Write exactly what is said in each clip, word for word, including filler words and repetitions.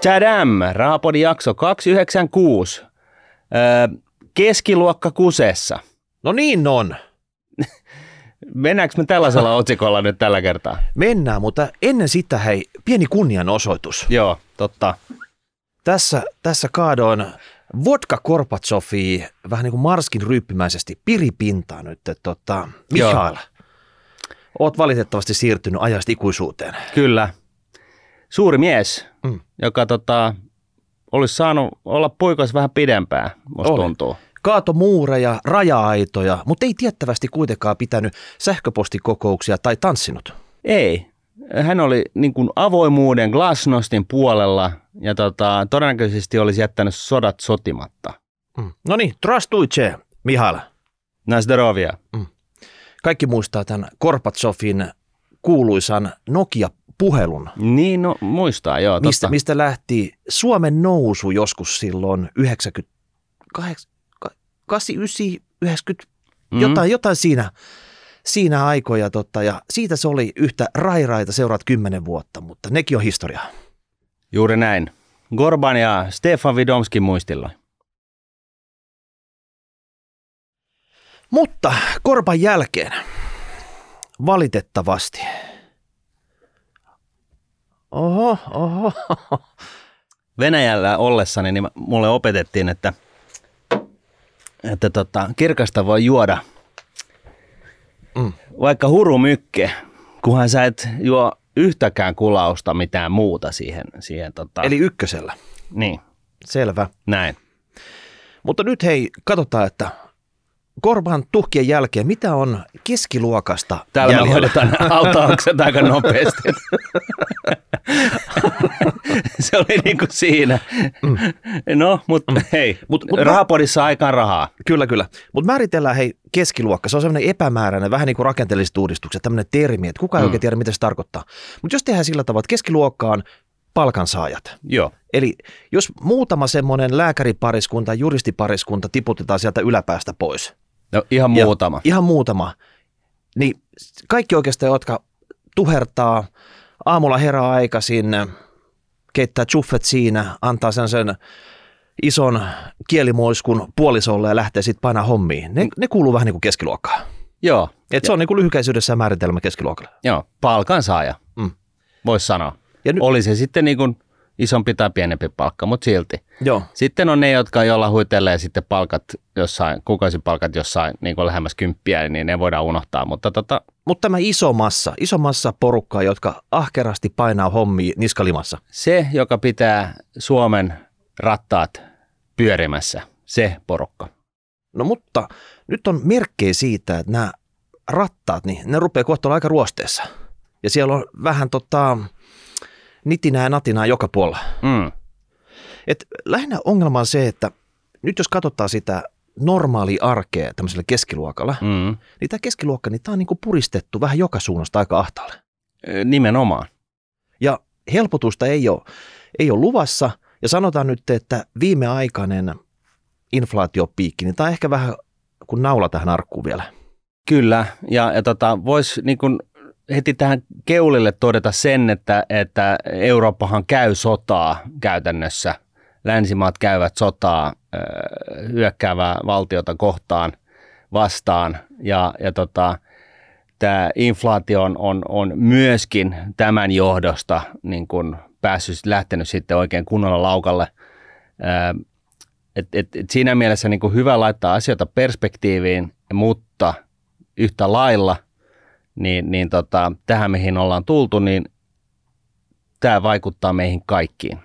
Tadam! Rahapodin jakso kaksisataayhdeksänkymmentäkuusi. Öö, keskiluokka kusessa. No niin on. Mennäänkö me tällaisella otsikolla nyt tällä kertaa? Mennään, mutta ennen sitä hei, pieni kunnianosoitus. Joo, totta. Tässä, tässä kaadoin vodka Gorbatsovia vähän niin kuin Marskin ryyppimäisesti piripintaa nyt. Tota, Mihail, oot valitettavasti siirtynyt ajasta ikuisuuteen. Kyllä. Suuri mies, mm. joka tota, olisi saanut olla poikas vähän pidempään, musta Oli. tuntuu. Kaato muureja, raja-aitoja, mutta ei tiettävästi kuitenkaan pitänyt sähköpostikokouksia tai tanssinut. Ei. Hän oli niin kuin avoimuuden glasnostin puolella ja tota, todennäköisesti olisi jättänyt sodat sotimatta. Mm. No niin, trastujce, Mihail. Na zdorovia. Mm. Kaikki muistaa tämän Gorbatsovin kuuluisan Nokia-puhelun. Niin, no muistaa, joo. Mistä, mistä lähti Suomen nousu joskus silloin yhdeksänkymmentäkahdeksan, kahdeksankymmentäyhdeksän, yhdeksänkymmentä, mm. jotain, jotain siinä, siinä aikoja. Totta, ja siitä se oli yhtä rairaita seuraat kymmenen vuotta, mutta nekin on historiaa. Juuri näin. Gorban ja Stefan Widomskin muistilla. Mutta Gorban jälkeen valitettavasti. Oho, oho. Venäjällä ollessani niin mulle opetettiin, että, että tota, kirkasta voi juoda mm. vaikka hurumykke, kunhan sä et juo yhtäkään kulausta mitään muuta siihen. siihen tota. Eli ykkösellä. Niin. Selvä. Näin. Mutta nyt hei, katsotaan, että Gorban tuhkien jälkeen, mitä on keskiluokasta Täällä jäljellä? me hoidetaan autaukset aika nopeasti. Se oli niin kuin siinä. Mm. No, mutta mm. hei, mut, mut rahapodissa aikaan rahaa. Kyllä, kyllä. Mutta määritellään hei keskiluokka. Se on sellainen epämääräinen, vähän niin kuin rakenteelliset uudistukset, tämmöinen termi, että kukaan ei mm. oikein tiedä, mitä se tarkoittaa. Mutta jos tehdään sillä tavalla, että keskiluokka on palkansaajat. Joo. Eli jos muutama semmoinen lääkäripariskunta, juristipariskunta tiputetaan sieltä yläpäästä pois. No ihan muutama. Ihan muutama. Niin kaikki oikeastaan, jotka tuhertaa, aamulla herää aikaisin, keittää chuffet siinä, antaa sen sen ison kielimoiskun puolisolle ja lähtee sitten painaa hommiin. Ne, ne kuuluu vähän niin kuin keskiluokkaan. Joo. Et se on niin kuin lyhykäisyydessään määritelmä keskiluokalle. Joo, palkansaaja, mm. voisi sanoa. Ja ny- Oli se sitten niin kuin isompi tai pienempi palkka, mutta silti. Joo. Sitten on ne, jotka jolla huitelee sitten palkat jossain, kuukausipalkat jossain niin kuin lähemmäs kymppiä, niin ne voidaan unohtaa. Mutta tota... Mut tämä iso massa, iso massa porukkaa, jotka ahkerasti painaa hommia niskalimassa. Se, joka pitää Suomen rattaat pyörimässä, se porukka. No mutta nyt on merkkejä siitä, että nämä rattaat, niin ne rupeaa kohta olla aika ruosteessa. Ja siellä on vähän tota... nitinää ja natinaa joka puolella. Mm. Et lähinnä ongelma on se, että nyt jos katsotaan sitä normaalia arkea tämmöisellä keskiluokalla, mm. niin tämä keskiluokka, niin tämä on niinku puristettu vähän joka suunnasta aika ahtaalle. Nimenomaan. Ja helpotusta ei ole, ei ole luvassa. Ja sanotaan nyt, että viimeaikainen inflaatiopiikki, niin tämä on ehkä vähän kuin naula tähän arkkuun vielä. Kyllä, ja, ja tota, voisi niin kuin heti tähän keulille todeta sen, että, että Eurooppahan käy sotaa käytännössä. Länsimaat käyvät sotaa ö, hyökkäävää valtiota kohtaan vastaan ja, ja tota, tämä inflaatio on, on, on myöskin tämän johdosta niin kun päässyt, lähtenyt sitten oikein kunnolla laukalle. Ö, et, et, et siinä mielessä niin kun hyvä laittaa asioita perspektiiviin, mutta yhtä lailla niin, niin tota, tähän mihin ollaan tultu, niin tämä vaikuttaa meihin kaikkiin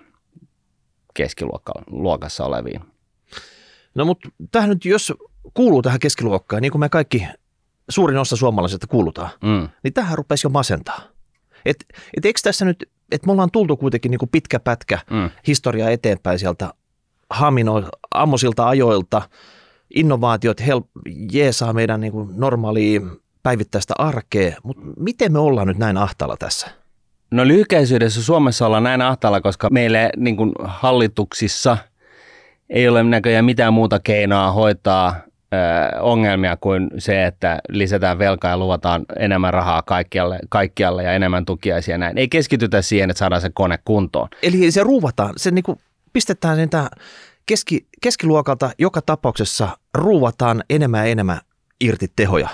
keskiluokassa oleviin. No mutta tähän nyt, jos kuuluu tähän keskiluokkaan, niin kuin me kaikki suurin osa suomalaisista kuulutaan, mm. niin tähän rupesi jo masentaa. Et, et eikö tässä nyt, että me ollaan tultu kuitenkin niin kuin pitkä pätkä mm. historiaa eteenpäin sieltä hamino, ammosilta ajoilta, innovaatiot hel, jeesaa meidän niin kuin normaalia päivittäistä arkea, mutta miten me ollaan nyt näin ahtaalla tässä? No lyhykäisyydessä Suomessa ollaan näin ahtaalla, koska meillä niin kuin hallituksissa ei ole näköjään mitään muuta keinoa hoitaa ongelmia kuin se, että lisätään velkaa ja luvataan enemmän rahaa kaikkialle, kaikkialle ja enemmän tukiaisia näin. Ei keskitytä siihen, että saadaan se kone kuntoon. Eli se ruuvataan, se niin kuin pistetään sitä keski, keskiluokalta joka tapauksessa ruuvataan enemmän ja enemmän irti tehoja.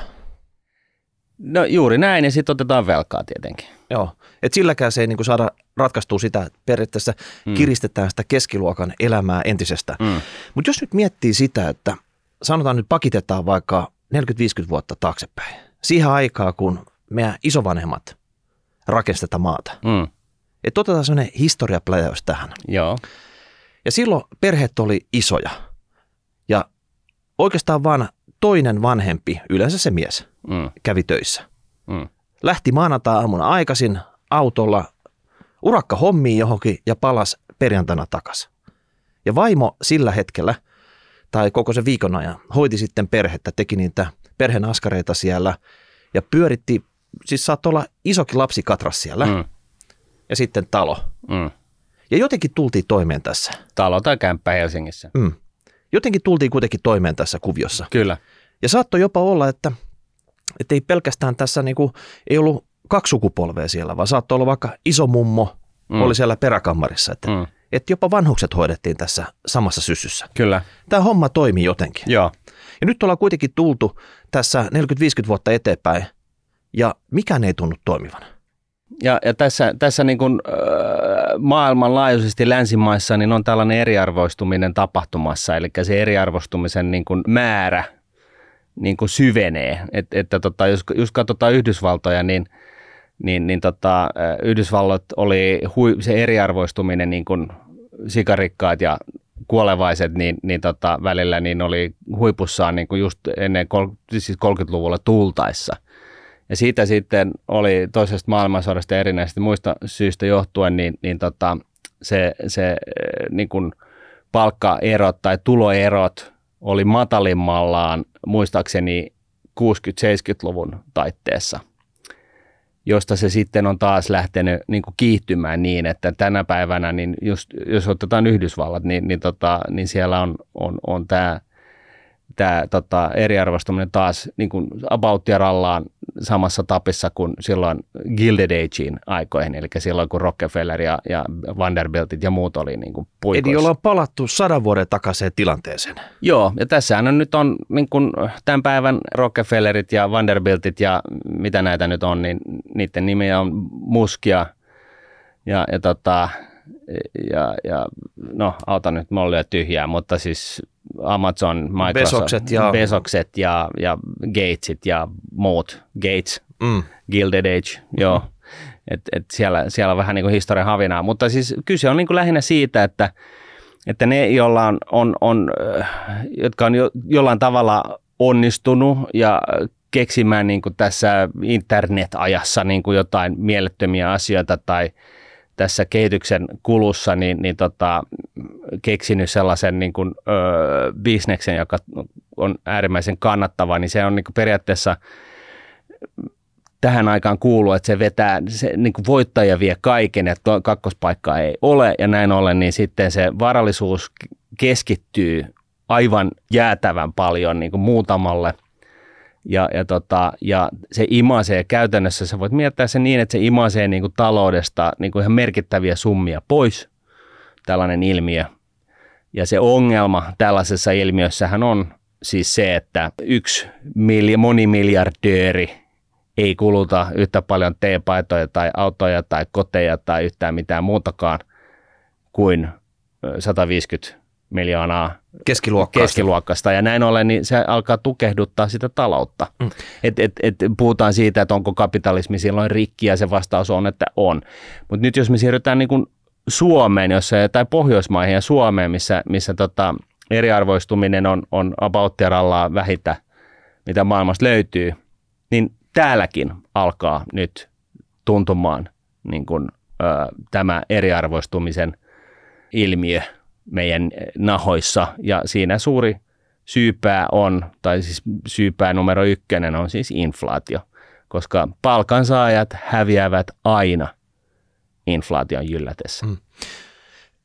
No juuri näin, ja sitten otetaan velkaa tietenkin. Joo, että silläkään se ei niin kuin saada ratkaistua sitä, että periaatteessa mm. kiristetään sitä keskiluokan elämää entisestä. Mm. Mutta jos nyt miettii sitä, että sanotaan nyt pakitetaan vaikka neljäkymmentä viisikymmentä vuotta taaksepäin, siihen aikaan, kun meidän isovanhemmat rakensi tätä maata. Mm. Että otetaan sellainen historiapläjäys tähän. Joo. Ja silloin perheet oli isoja. Ja oikeastaan vaan toinen vanhempi, yleensä se mies, mm. kävi töissä. Mm. Lähti maanantai-aamuna aikaisin autolla urakka hommiin johonkin ja palasi perjantaina takaisin. Ja vaimo sillä hetkellä, tai koko sen viikon ajan, hoiti sitten perhettä, teki niitä perheen askareita siellä ja pyöritti, siis saattoi olla isokin lapsikatras siellä mm. ja sitten talo. Mm. Ja jotenkin tultiin toimeen tässä. Talo tai kämppä Helsingissä. Mm. Jotenkin tultiin kuitenkin toimeen tässä kuviossa. Kyllä. Ja saattoi jopa olla, että, että ei pelkästään tässä niinku, ei ollut kaksi sukupolvea siellä, vaan saattoi olla vaikka isomummo mm. oli siellä peräkammarissa. Että, mm. että jopa vanhukset hoidettiin tässä samassa syssyssä. Kyllä. Tämä homma toimi jotenkin. Joo. Ja nyt ollaan kuitenkin tultu tässä neljäkymmentä viisikymmentä vuotta eteenpäin ja mikään ei tunnu toimivan. Ja, ja tässä, tässä niin kuin, äh, maailmanlaajuisesti länsimaissa niin on tällainen eriarvoistuminen tapahtumassa, eli se eriarvoistumisen niin kuin määrä niin kuin syvenee. Et, että tota, jos, jos katsotaan Yhdysvaltoja, niin, niin, niin tota, Yhdysvallat oli hui, se eriarvoistuminen, niin kuin sikarikkaat ja kuolevaiset, niin, niin tota, välillä niin oli huipussaan niin kuin just ennen siis kolmekymmentäluvulla tultaessa. Ja siitä sitten oli toisesta maailmansodasta ja erinäisistä muista syistä johtuen, niin, niin tota, se, se niin kuin palkkaerot tai tuloerot oli matalimmallaan muistaakseni kuusikymmentä-seitsemänkymmentäluvun taitteessa, josta se sitten on taas lähtenyt niin kuin kiihtymään niin, että tänä päivänä, niin just, jos otetaan Yhdysvallat, niin, niin, tota, niin siellä on, on, on tämä tämä tota, eriarvoistuminen taas niin kuin about ja rallaan samassa tapissa kuin silloin Gilded Agein aikoihin, eli silloin kun Rockefeller ja, ja Vanderbiltit ja muut oli niin kuin puikoissa. Eli ollaan palattu sadan vuoden takaiseen tilanteeseen. Joo, ja tässähän on, nyt on niin kuin tämän päivän Rockefellerit ja Vanderbiltit ja mitä näitä nyt on, niin niiden nimiä on Musk ja, ja, ja, tota, ja, ja no auta nyt, mä olen tyhjää, mutta siis Amazon, Microsoft, Besokset ja, Besokset ja, ja Gatesit ja muut, Gates, mm. Gilded Age, joo, että et siellä, siellä on vähän niin kuin historian havinaa, mutta siis kyse on niin kuin lähinnä siitä, että, että ne, joilla on, on, on, jotka on jo, jollain tavalla onnistunut ja keksimään niin kuin tässä internet-ajassa niin kuin jotain mielettömiä asioita tai tässä kehityksen kulussa niin, niin tota, keksinyt sellaisen niin kuin, ö, bisneksen, joka on äärimmäisen kannattava, niin se on niin kuin periaatteessa tähän aikaan kuuluu, että se vetää, se niin kuin voittaja vie kaiken, että kakkospaikkaa ei ole, ja näin ollen niin sitten se varallisuus keskittyy aivan jäätävän paljon niin kuin muutamalle. Ja, ja, tota, ja se imaisee käytännössä, sä voit miettiä se niin, että se imaisee niin kuin taloudesta niin kuin ihan merkittäviä summia pois, tällainen ilmiö. Ja se ongelma tällaisessa ilmiössähän on siis se, että yksi mil, monimiljardööri ei kuluta yhtä paljon teepaitoja tai autoja tai koteja tai yhtään mitään muutakaan kuin sata viisikymmentä miljoonaa keskiluokkaista. keskiluokkasta. Ja näin ollen niin se alkaa tukehduttaa sitä taloutta. Mm. Et, et, et puhutaan siitä, että onko kapitalismi silloin rikki, ja se vastaus on, että on. Mutta nyt jos me siirrytään niin kuin Suomeen jossa, tai Pohjoismaihin ja Suomeen, missä, missä tota eriarvoistuminen on, on about-rallaa vähitä, mitä maailmasta löytyy, niin täälläkin alkaa nyt tuntumaan niin kuin, ö, tämä eriarvoistumisen ilmiö meidän nahoissa, ja siinä suuri syypää on, tai siis syypää numero ykkönen on siis inflaatio, koska palkansaajat häviävät aina inflaation jyllätessä. Mm.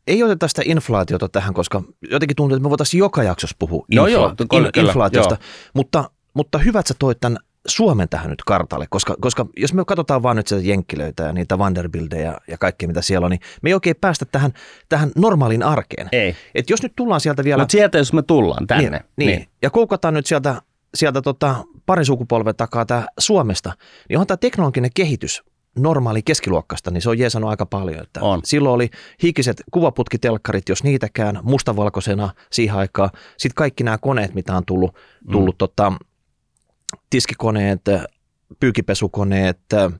ei oteta sitä inflaatiota tähän, koska jotenkin tuntuu, että me voitaisiin joka jaksossa puhua infla- no joo, kyllä, in, inflaatiosta, joo. Mutta, mutta hyvä, että sä toit tämän Suomen tähän nyt kartalle, koska, koska jos me katsotaan vaan nyt sitä jenkkilöitä ja niitä Vanderbiltejä ja, ja kaikkea mitä siellä on, niin me ei oikein päästä tähän, tähän normaaliin arkeen. Ei. Et jos nyt tullaan sieltä vielä... Mutta sieltä jos me tullaan tänne. Niin, niin. niin. Ja koukataan nyt sieltä, sieltä tota, parin sukupolven takaa tää Suomesta, niin onhan tämä teknologinen kehitys normaali keskiluokkasta, niin se on jeesannut aika paljon. Että on. Silloin oli hikiset kuvaputkitelkkarit, jos niitäkään, mustavalkoisena siihen aikaan. Sitten kaikki nämä koneet, mitä on tullut, tullut mm. tota, tiskikoneet, pyykipesukoneet,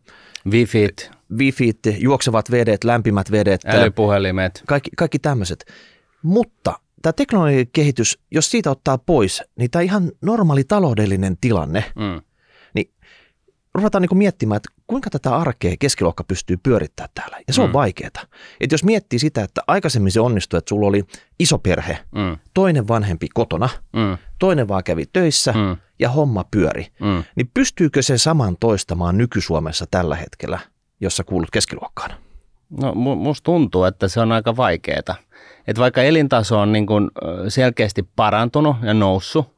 Wifit, Wifit, juoksevat vedet, lämpimät vedet, älypuhelimet. Kaikki, kaikki tämmöiset. Mutta tämä teknologinen kehitys, jos siitä ottaa pois, niin tämä ihan normaali taloudellinen tilanne, mm. niin ruvetaan niin kuin miettimään, että kuinka tätä arkea keskiluokka pystyy pyörittämään täällä. Ja se on mm. vaikeaa. Että jos miettii sitä, että aikaisemmin se onnistui, että sulla oli iso perhe, mm. toinen vanhempi kotona, mm. toinen vaan kävi töissä mm. ja homma pyöri, mm. niin pystyykö se saman toistamaan nyky-Suomessa tällä hetkellä, jossa kuulut keskiluokkaan? No musta tuntuu, että se on aika vaikeaa. Että vaikka elintaso on niin kuin selkeästi parantunut ja noussut,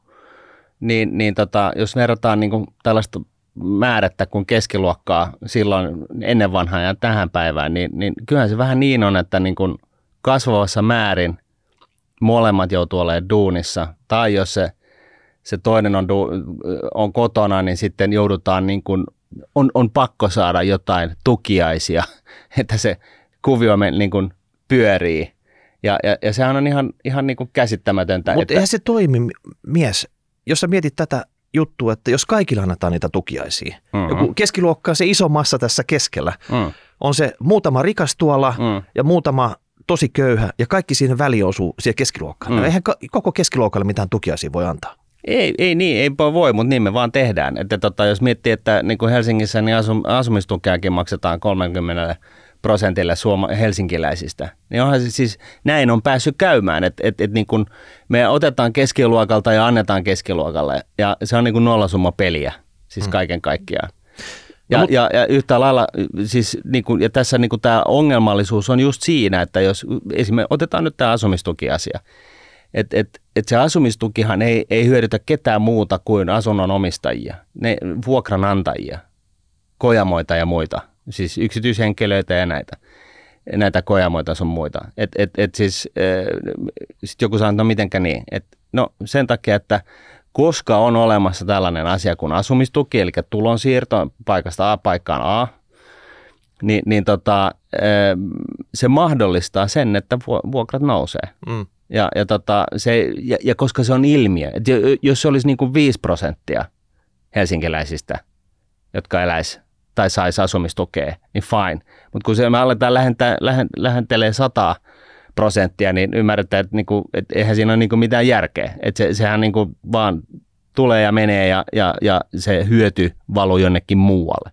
niin, niin tota, jos verrataan niin kuin tällaista määrättä kuin keskiluokkaa silloin ennen vanhaa ja tähän päivään, niin, niin kyllähän se vähän niin on, että niin kuin kasvavassa määrin molemmat joutuu olemaan duunissa. Tai jos se, se toinen on, du, on kotona, niin sitten joudutaan, niin kuin, on, on pakko saada jotain tukiaisia, että se kuvio niin kuin pyörii. Ja, ja, ja sehän on ihan, ihan niin kuin käsittämätöntä. Mutta eihän se toimi, mies. Jos sä mietit tätä juttua, että jos kaikilla annetaan niitä tukiaisia, mm-hmm. joku keskiluokka on se iso massa tässä keskellä, mm. on se muutama rikas tuolla mm. ja muutama tosi köyhä ja kaikki siinä väliin osuu siihen keskiluokkaan. Mm. Eihän koko keskiluokalle mitään tukiaisia voi antaa. Ei, ei niin, ei voi, mutta niin me vaan tehdään. Että tota, jos miettii, että niin kuin Helsingissä niin asum, asumistukeakin maksetaan kolmekymmentä prosentille suoma- helsinkiläisistä, niin onhan se siis, näin on päässyt käymään, että et, et niin kuin me otetaan keskiluokalta ja annetaan keskiluokalle, ja se on niin kuin nollasumma peliä, siis kaiken kaikkiaan. Ja, no, mut... ja, ja yhtä lailla, siis niin kuin, ja tässä niin kuin tämä ongelmallisuus on just siinä, että jos esimerkiksi otetaan nyt tämä asumistukiasia, että et, et se asumistukihan ei, ei hyödytä ketään muuta kuin asunnon omistajia, ne vuokranantajia, kojamoita ja muita. Siis yksityishenkilöitä ja näitä, näitä kojamoita sun muita. Et, et, et siis, sitten joku sanoo, että no mitenkä niin. Et, no sen takia, että koska on olemassa tällainen asia kuin asumistuki, eli tulonsiirto paikasta A paikkaan A, niin, niin tota, se mahdollistaa sen, että vuokrat nousee. Mm. Ja, ja, tota, se, ja, ja koska se on ilmiö, että jos se olisi niin kuin viisi prosenttia helsinkiläisistä, jotka eläisi tai saisi asumistukea, niin fine. Mutta kun se, me aletaan lähentää, lähen, lähentelee sata prosenttia, niin ymmärretään, että niinku, et eihän siinä ole niinku mitään järkeä. Että se, sehän niinku vaan tulee ja menee ja, ja, ja se hyöty valuu jonnekin muualle.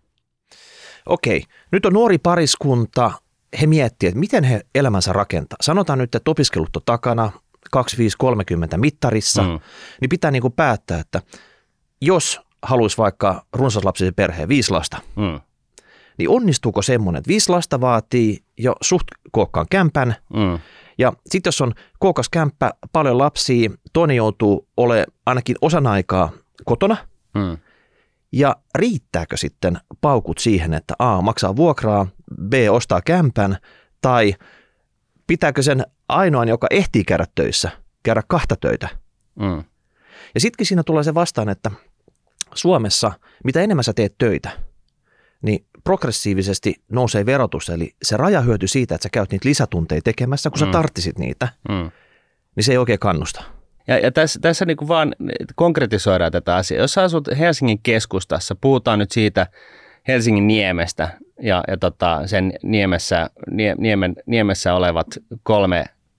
Okei. Nyt on nuori pariskunta. He miettivät, että miten he elämänsä rakentaa. Sanotaan nyt, että opiskelut on takana, kaksikymmentäviisi kolmekymmentä mittarissa, mm. niin pitää niinku päättää, että jos haluaisi vaikka runsaslapsisen perheen viisi lasta, mm. niin onnistuuko semmoinen, että viisi lasta vaatii jo suht kookkaan kämpän, mm. ja sitten jos on kookas kämppä, paljon lapsia, toinen joutuu olemaan ainakin osan aikaa kotona, mm. ja riittääkö sitten paukut siihen, että A, maksaa vuokraa, B, ostaa kämpän, tai pitääkö sen ainoan, joka ehtii käydä töissä, käydä kahta töitä. Mm. Ja sittenkin siinä tulee se vastaan, että Suomessa, mitä enemmän sä teet töitä, niin progressiivisesti nousee verotus, eli se rajahyöty siitä, että sä käyt niitä lisätunteja tekemässä, kun mm. sä tarttisit niitä, mm. niin se ei oikein kannusta. Ja, ja tässä, tässä niin kuin vaan konkretisoidaan tätä asiaa. Jos sä asut Helsingin keskustassa, puhutaan nyt siitä Helsingin niemestä ja, ja tota, sen niemessä, nie, niemen, niemessä olevat kolme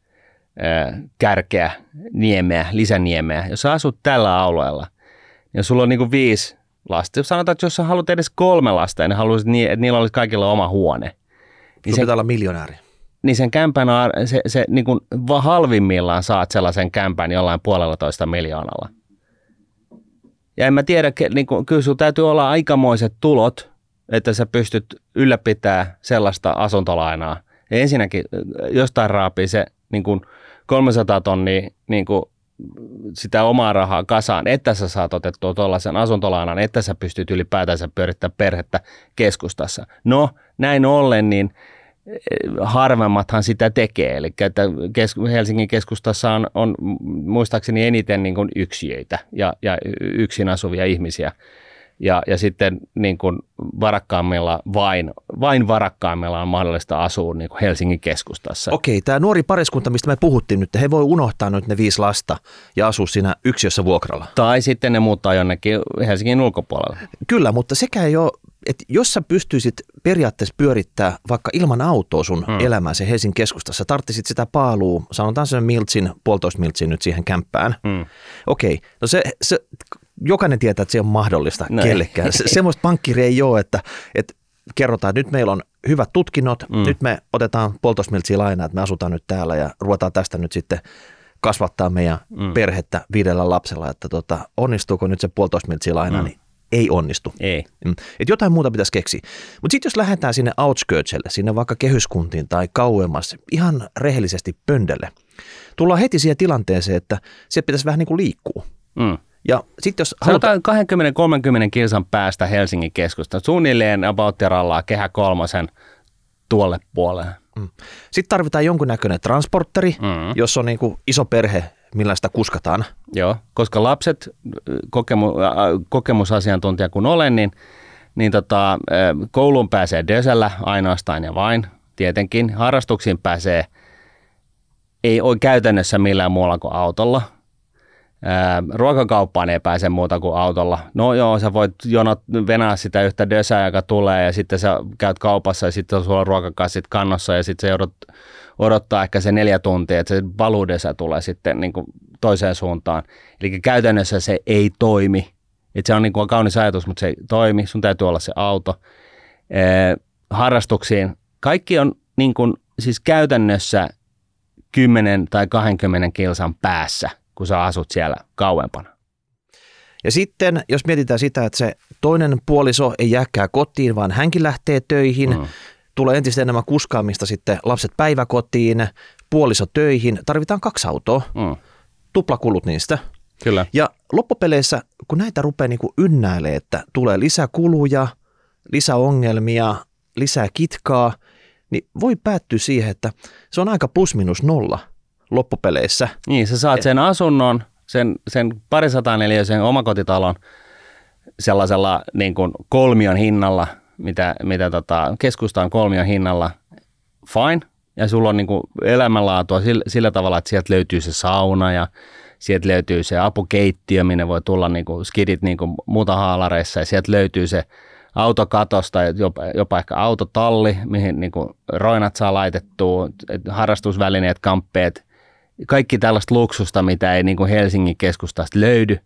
äh, kärkeä niemeä, lisäniemeä. Jos sä asut tällä alueella, ja sulla on niin kuin viisi lasta. Jos sanotaan, että jos sä haluat edes kolme lasta ja ne haluaisit, että niillä olisi kaikilla oma huone. Niin se pitää olla miljonääri. Niin sen kämpän, se, se niin kuin halvimmillaan saat sellaisen kämpän jollain puolella toista miljoonalla. Ja en mä tiedä, niin kuin, kyllä sulla täytyy olla aikamoiset tulot, että sä pystyt ylläpitämään sellaista asuntolainaa, Ensinnäkin jostain raapii se niin kuin kolmesataa tonnia niin kuin sitä omaa rahaa kasaan, että sä saat otettua tuollaisen asuntolainan, että sä pystyt ylipäätänsä pyörittämään perhettä keskustassa. No, näin ollen, niin harvemmathan sitä tekee. Eli että Helsingin keskustassa on, on muistaakseni eniten niin kuin yksiöitä ja, ja yksin asuvia ihmisiä. Ja, ja sitten niin kuin varakkaammilla, vain, vain varakkaammilla on mahdollista asua niin kuin Helsingin keskustassa. Okei, tämä nuori pariskunta, mistä me puhuttiin nyt, he voi unohtaa nyt ne viisi lasta ja asua siinä yksiössä vuokralla. Tai sitten ne muuttaa jonnekin Helsingin ulkopuolella. Kyllä, mutta sekä ei ole, että jos sä pystyisit periaatteessa pyörittää vaikka ilman autoa sun hmm. elämääsi Helsingin keskustassa, tarttisit sitä paalua, sanotaan sen miltsin, puolitoista miltsin nyt siihen kämppään. Hmm. Okei, no se... se jokainen tietää, että se on mahdollista no kellekään. Se, semmoista pankkiria ei ole, että, että kerrotaan, että nyt meillä on hyvät tutkinnot, mm. nyt me otetaan puolitoista miltsiä lainaa, että me asutaan nyt täällä ja ruvetaan tästä nyt sitten kasvattaa meidän mm. perhettä viidellä lapsella, että tota, onnistuuko nyt se puolitoista miltsiä lainaa, mm. niin ei onnistu. Ei. Et jotain muuta pitäisi keksiä. Mutta sitten jos lähdetään sinne outskirtselle, sinne vaikka kehyskuntiin tai kauemmas, ihan rehellisesti pöndelle, tullaan heti siihen tilanteeseen, että sieltä pitäisi vähän niin kuin liikkua. Mm. Ja sit jos halutaan kaksikymmentä kolmekymmentä kilsan päästä Helsingin keskusta, suunnilleen about rallaa Kehä kolmosen tuolle puolelle. Mm. Sitten tarvitaan jonkunnäköinen transporteri, mm. jos on niin kuin iso perhe, millä sitä kuskataan. Joo, koska lapset, kokemu, kokemusasiantuntija kun olen, niin, niin tota, kouluun pääsee dösällä ainoastaan ja vain, tietenkin. Harrastuksiin pääsee, ei ole käytännössä millään muulla kuin autolla. Ää, ruokakauppaan ei pääse muuta kuin autolla. No joo, sä voit jonot venää sitä yhtä dösää, joka tulee ja sitten sä käyt kaupassa ja sitten sulla on ruokakassit kannossa ja sitten sä joudut odottaa ehkä se neljä tuntia, että se valuudesä tulee sitten niin kuin toiseen suuntaan. Eli käytännössä se ei toimi. Et se on niin kuin kaunis ajatus, mutta se ei toimi. Sun täytyy olla se auto. Ää, harrastuksiin. Kaikki on niin kuin, siis käytännössä kymmenen tai kaksikymmentä kilsan päässä, kun sä asut siellä kauempana. Ja sitten, jos mietitään sitä, että se toinen puoliso ei jääkään kotiin, vaan hänkin lähtee töihin, mm. tulee entistä enemmän kuskaamista sitten lapset päiväkotiin, puoliso töihin, tarvitaan kaksi autoa, mm. tuplakulut niistä. Kyllä. Ja loppupeleissä, kun näitä rupeaa niin kuin ynnäilemään, että tulee lisäkuluja, lisäongelmia, lisää kitkaa, niin voi päättyä siihen, että se on aika plus minus nolla loppupeleissä. Niin, sä saat sen asunnon, sen, sen parisataa neliöisen omakotitalon sellaisella niin kuin kolmion hinnalla, mitä, mitä tota, keskustaan kolmion hinnalla, fine. Ja sulla on niin kuin elämänlaatua sillä, sillä tavalla, että sieltä löytyy se sauna ja sieltä löytyy se apukeittiö, minne voi tulla niin kuin skidit niin kuin mutahaalareissa ja sieltä löytyy se autokatosta, jopa, jopa ehkä autotalli, mihin niin kuin roinat saa laitettua, harrastusvälineet, kamppeet, kaikki tällaista luksusta, mitä ei niin kuin Helsingin keskustasta löydy.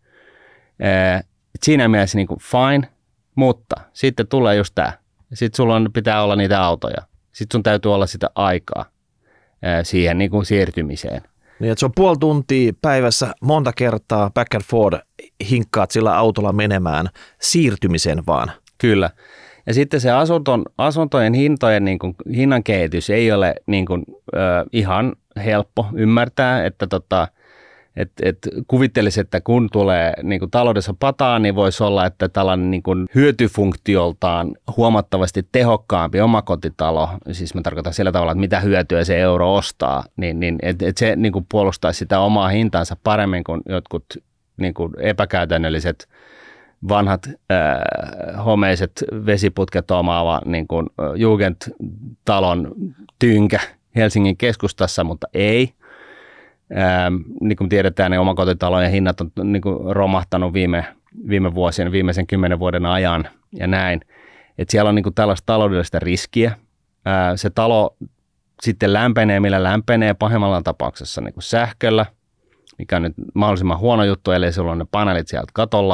Ee, siinä mielessä niin kuin fine, mutta sitten tulee just tämä. Sitten sulla on, pitää olla niitä autoja. Sitten sun täytyy olla sitä aikaa ee, siihen niin kuin siirtymiseen. Niin, että se on puoli tuntia päivässä monta kertaa back and forth hinkkaat sillä autolla menemään siirtymiseen vaan. Kyllä. Ja sitten se asunton, asuntojen hintojen niin kuin, hinnan kehitys ei ole niin kuin, ö, ihan helppo ymmärtää, että tota, et, et kuvittelisi, että kun tulee niin kuin taloudessa pataa, niin voisi olla, että tällainen niin kuin hyötyfunktioltaan huomattavasti tehokkaampi omakotitalo, siis mä tarkoitan sillä tavalla, että mitä hyötyä se euro ostaa, niin, niin että et se niin kuin puolustaisi sitä omaa hintansa paremmin kuin jotkut niin kuin epäkäytännölliset vanhat äh, homeiset vesiputket omaava niin kuin Jugendtalon tynkä Helsingin keskustassa, mutta ei. Ähm, niin kuin tiedetään, ne omakotitalojen hinnat on niin kuin romahtanut viime, viime vuosien, viimeisen kymmenen vuoden ajan ja näin. Et siellä on niin kuin tällaista taloudellista riskiä. Äh, se talo sitten lämpenee, millä lämpenee pahimmalla tapauksessa niin kuin sähköllä, mikä on nyt mahdollisimman huono juttu, eli sulla on ne paneelit sieltä katolla.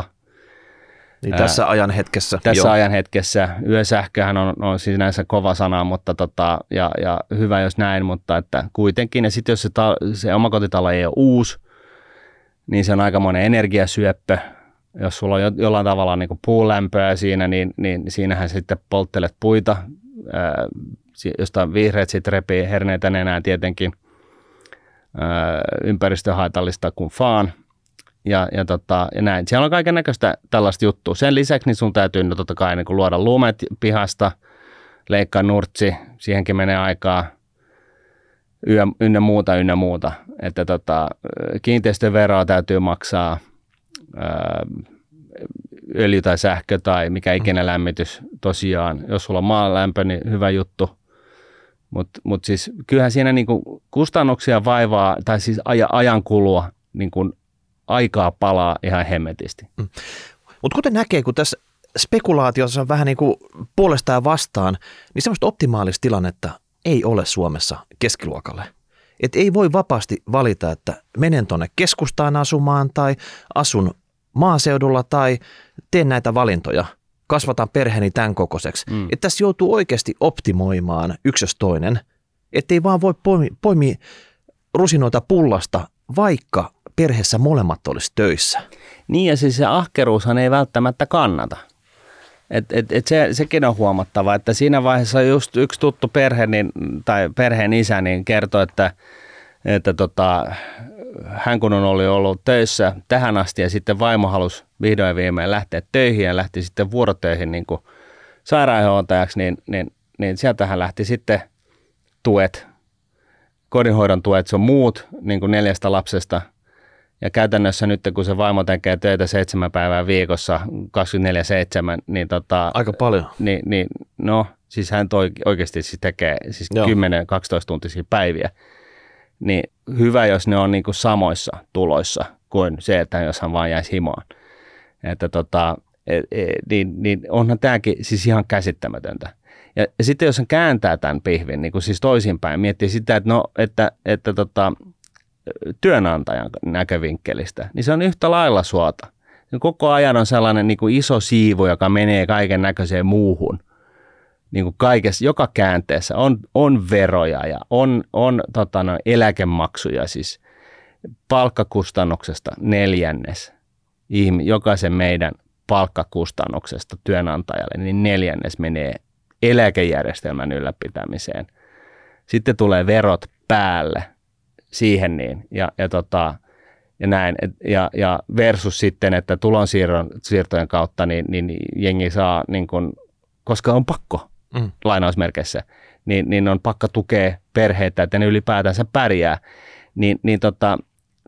Niin tässä ajan hetkessä. Tässä jo. ajan hetkessä. Yösähköhän on, on sinänsä kova sana, mutta tota, ja, ja hyvä jos näin, mutta että kuitenkin. Ja sitten jos se, ta, se omakotitalo ei ole uusi, niin se on aikamoinen energiasyöppö. Jos sulla on jo, jollain tavalla niin kuin puulämpöä siinä, niin, niin siinähän sitten polttelet puita ää, josta vihreät sitten repii herneitä nenään tietenkin, ää, ympäristöhaitallista kuin faan. Ja, ja, tota, ja näin. Siellä on kaiken näköistä tällaista juttua. Sen lisäksi niin sun täytyy no, totta kai niin luoda lumet pihasta, leikkaa nurtsi, siihenkin menee aikaa, yö, ynnä muuta, ynnä muuta. Että tota, kiinteistöveroa täytyy maksaa, ää, öljy tai sähkö tai mikä ikinä lämmitys tosiaan. Jos sulla on maalämpö, niin hyvä juttu. Mutta mut siis kyllähän siinä niinku kustannuksia vaivaa, tai siis aj- ajankulua, niinku aikaa palaa ihan hemmetisti. Mm. Mutta kuten näkee, kun tässä spekulaatiossa on vähän niin kuin puolesta ja vastaan, niin semmoista optimaalista tilannetta ei ole Suomessa keskiluokalle. Et ei voi vapaasti valita, että menen tuonne keskustaan asumaan tai asun maaseudulla tai teen näitä valintoja, kasvataan perheeni tämän kokoiseksi. Mm. Että tässä joutuu oikeasti optimoimaan yksi jos toinen, ettei vaan voi poimia, poimia rusinoita pullasta, vaikka perheessä molemmat olisi töissä. Niin ja siis se ahkeruushan ei välttämättä kannata. Et, et, et se, sekin on huomattava, että siinä vaiheessa just yksi tuttu perhe niin, tai perheen isä niin kertoi, että, että tota, hän kun on ollut, ollut töissä tähän asti ja sitten vaimo halusi vihdoin ja viimein lähteä töihin ja lähti sitten vuorotöihin niin kuin sairaanhoitajaksi, niin, niin, niin sieltähän lähti sitten tuet, kodinhoidon tuet, se on muut niin kuin neljästä lapsesta. Ja käytännössä nyt, kun se vaimo tekee töitä seitsemän päivää viikossa, kaksikymmentäneljä seitsemän, niin tota... Aika paljon. Niin, niin no, siis hän toi, oikeasti siis tekee siis kymmenen kaksitoista tuntisia päiviä. Niin hyvä, jos ne on niin kuin samoissa tuloissa kuin se, että jos hän vaan jäisi himoon. Että tota, et, et, niin, niin onhan tämäkin siis ihan käsittämätöntä. Ja, ja sitten jos hän kääntää tämän pihvin, niin kuin siis toisinpäin, miettii sitä, että no, että, että tota... työnantajan näkövinkkelistä, niin se on yhtä lailla suota. Koko ajan on sellainen niin kuin iso siivu, joka menee kaiken näköiseen muuhun. Niin kuin kaikessa, joka käänteessä on, on veroja ja on, on tota, no, eläkemaksuja, siis palkkakustannuksesta neljännes. Jokaisen meidän palkkakustannuksesta työnantajalle, niin neljännes menee eläkejärjestelmän ylläpitämiseen. Sitten tulee verot päälle siihen niin, ja, ja, tota, ja näin, et, ja, ja versus sitten, että tulonsiirtojen kautta niin, niin jengi saa, niin kun, koska on pakko, mm. lainausmerkeissä, niin, niin on pakko tukea perheitä, että ne ylipäätänsä pärjää, niin, niin tota,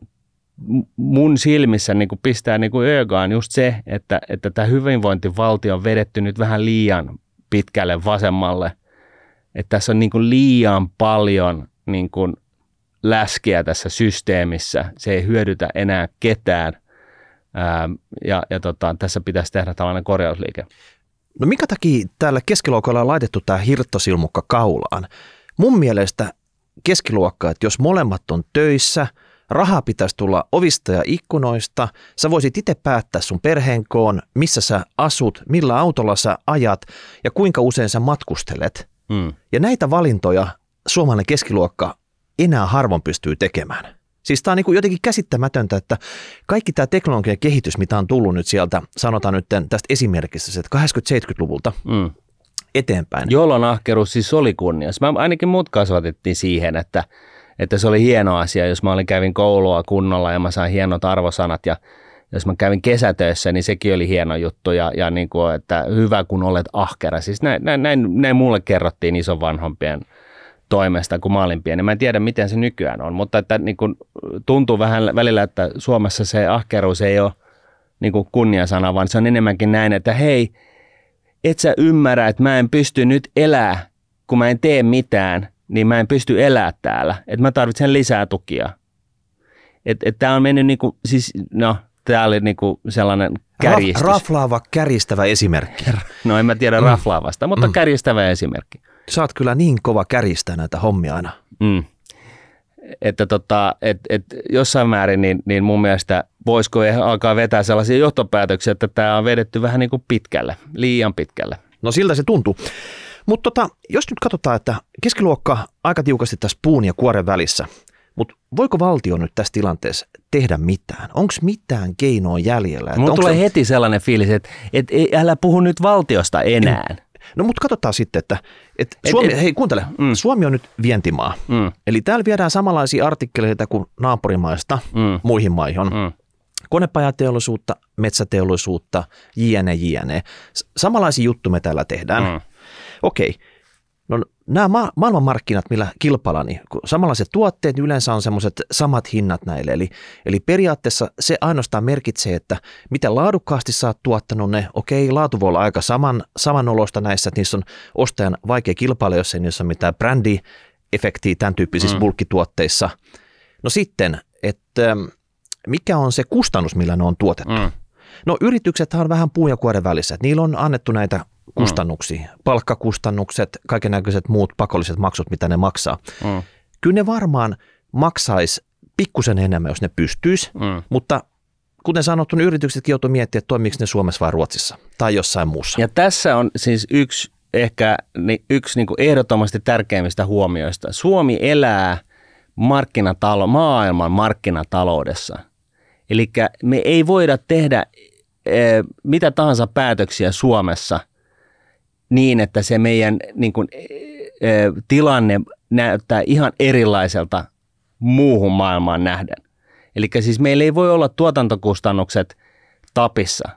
mun silmissä niin kun pistää niin kun ögaan just se, että, että tämä hyvinvointivaltio on vedetty nyt vähän liian pitkälle vasemmalle, että tässä on niin kun liian paljon niin kun läskiä tässä systeemissä, se ei hyödytä enää ketään ää, ja, ja tota, tässä pitäisi tehdä tällainen korjausliike. No minkä takia täällä keskiluokalla on laitettu tämä hirttosilmukka kaulaan? Mun mielestä keskiluokka, että jos molemmat on töissä, rahaa pitäisi tulla ovista ja ikkunoista, sä voisit itse päättää sun perheen koon, missä sä asut, millä autolla sä ajat ja kuinka usein sä matkustelet. Hmm. Ja näitä valintoja suomalainen keskiluokka enää harvoin pystyy tekemään. Siis tämä on niin jotenkin käsittämätöntä, että kaikki tämä teknologian kehitys, mitä on tullut nyt sieltä, sanotaan nyt tästä esimerkistä, että kahdeksankymmentä-seitsemänkymmentäluvulta mm. eteenpäin. Jolloin ahkeruus siis oli kunniassa. Mä ainakin mut kasvatettiin siihen, että, että se oli hieno asia, jos mä olin kävin koulua kunnolla ja mä sain hienot arvosanat ja jos mä kävin kesätöissä, niin sekin oli hieno juttu ja, ja niin kuin, että hyvä kun olet ahkera. Siis näin, näin, näin, näin mulle kerrottiin isovanhempien toimesta, kun mä olin pieni. Mä en tiedä, miten se nykyään on, mutta että niin kuin tuntuu vähän välillä, että Suomessa se ahkeruus ei ole niin kuin kunniasana, vaan se on enemmänkin näin, että hei, et sä ymmärrä, että mä en pysty nyt elää, kun mä en tee mitään, niin mä en pysty elää täällä, että mä tarvitsen lisää tukia. Että et tää on mennyt niin kuin, siis no, tää oli niin kuin sellainen kärjistys. Raflaava, kärjistävä esimerkki. No en mä tiedä mm. raflaavasta, mutta mm. kärjistävä esimerkki. Sä oot kyllä niin kova kärjistää näitä hommia aina. Mm. Että tota, et, et jossain määrin niin, niin mun mielestä voisiko alkaa vetää sellaisia johtopäätöksiä, että tämä on vedetty vähän niin kuin pitkälle, liian pitkälle. No siltä se tuntuu. Mutta tota, jos nyt katsotaan, että keskiluokka aika tiukasti tässä puun ja kuoren välissä, mutta voiko valtio nyt tässä tilanteessa tehdä mitään? Onko mitään keinoa jäljellä? Mulla tulee se heti sellainen fiilis, että et, älä puhu nyt valtiosta enää. No mutta katsotaan sitten, että, että Suomi, et, et, hei kuuntele, mm. Suomi on nyt vientimaa. Mm. Eli täällä viedään samanlaisia artikkeleita kuin naapurimaista mm. muihin maihin. Mm. Konepajateollisuutta, metsäteollisuutta, jne, jne. Samanlaisia juttuja me täällä tehdään. Mm. Okei. No nämä ma- maailmanmarkkinat, millä kilpaillaan, niin samanlaiset tuotteet niin yleensä on semmoiset samat hinnat näille. Eli, eli periaatteessa se ainoastaan merkitsee, että miten laadukkaasti sä oot tuottanut ne. Okei, laatu voi olla aika saman, samanolosta näissä, että niissä on ostajan vaikea kilpailla, jos ei niissä ole mitään brändi-efektiä tämän tyyppisissä mm. bulkkituotteissa. No sitten, että mikä on se kustannus, millä ne on tuotettu? Mm. No yritykset on vähän puun ja kuoren välissä, että niillä on annettu näitä kustannuksia, mm. palkkakustannukset, kaikennäköiset muut pakolliset maksut, mitä ne maksaa. Mm. Kyllä ne varmaan maksaisi pikkusen enemmän, jos ne pystyisi, mm. mutta kuten sanottu, niin yrityksetkin joutuu miettimään, että toimiiko ne Suomessa vai Ruotsissa tai jossain muussa. Ja tässä on siis yksi ehkä yksi niin kuin ehdottomasti tärkeimmistä huomioista. Suomi elää markkinatalo, maailman markkinataloudessa. Eli me ei voida tehdä eh, mitä tahansa päätöksiä Suomessa niin, että se meidän niin kuin, eh, tilanne näyttää ihan erilaiselta muuhun maailmaan nähden. Eli siis meillä ei voi olla tuotantokustannukset tapissa,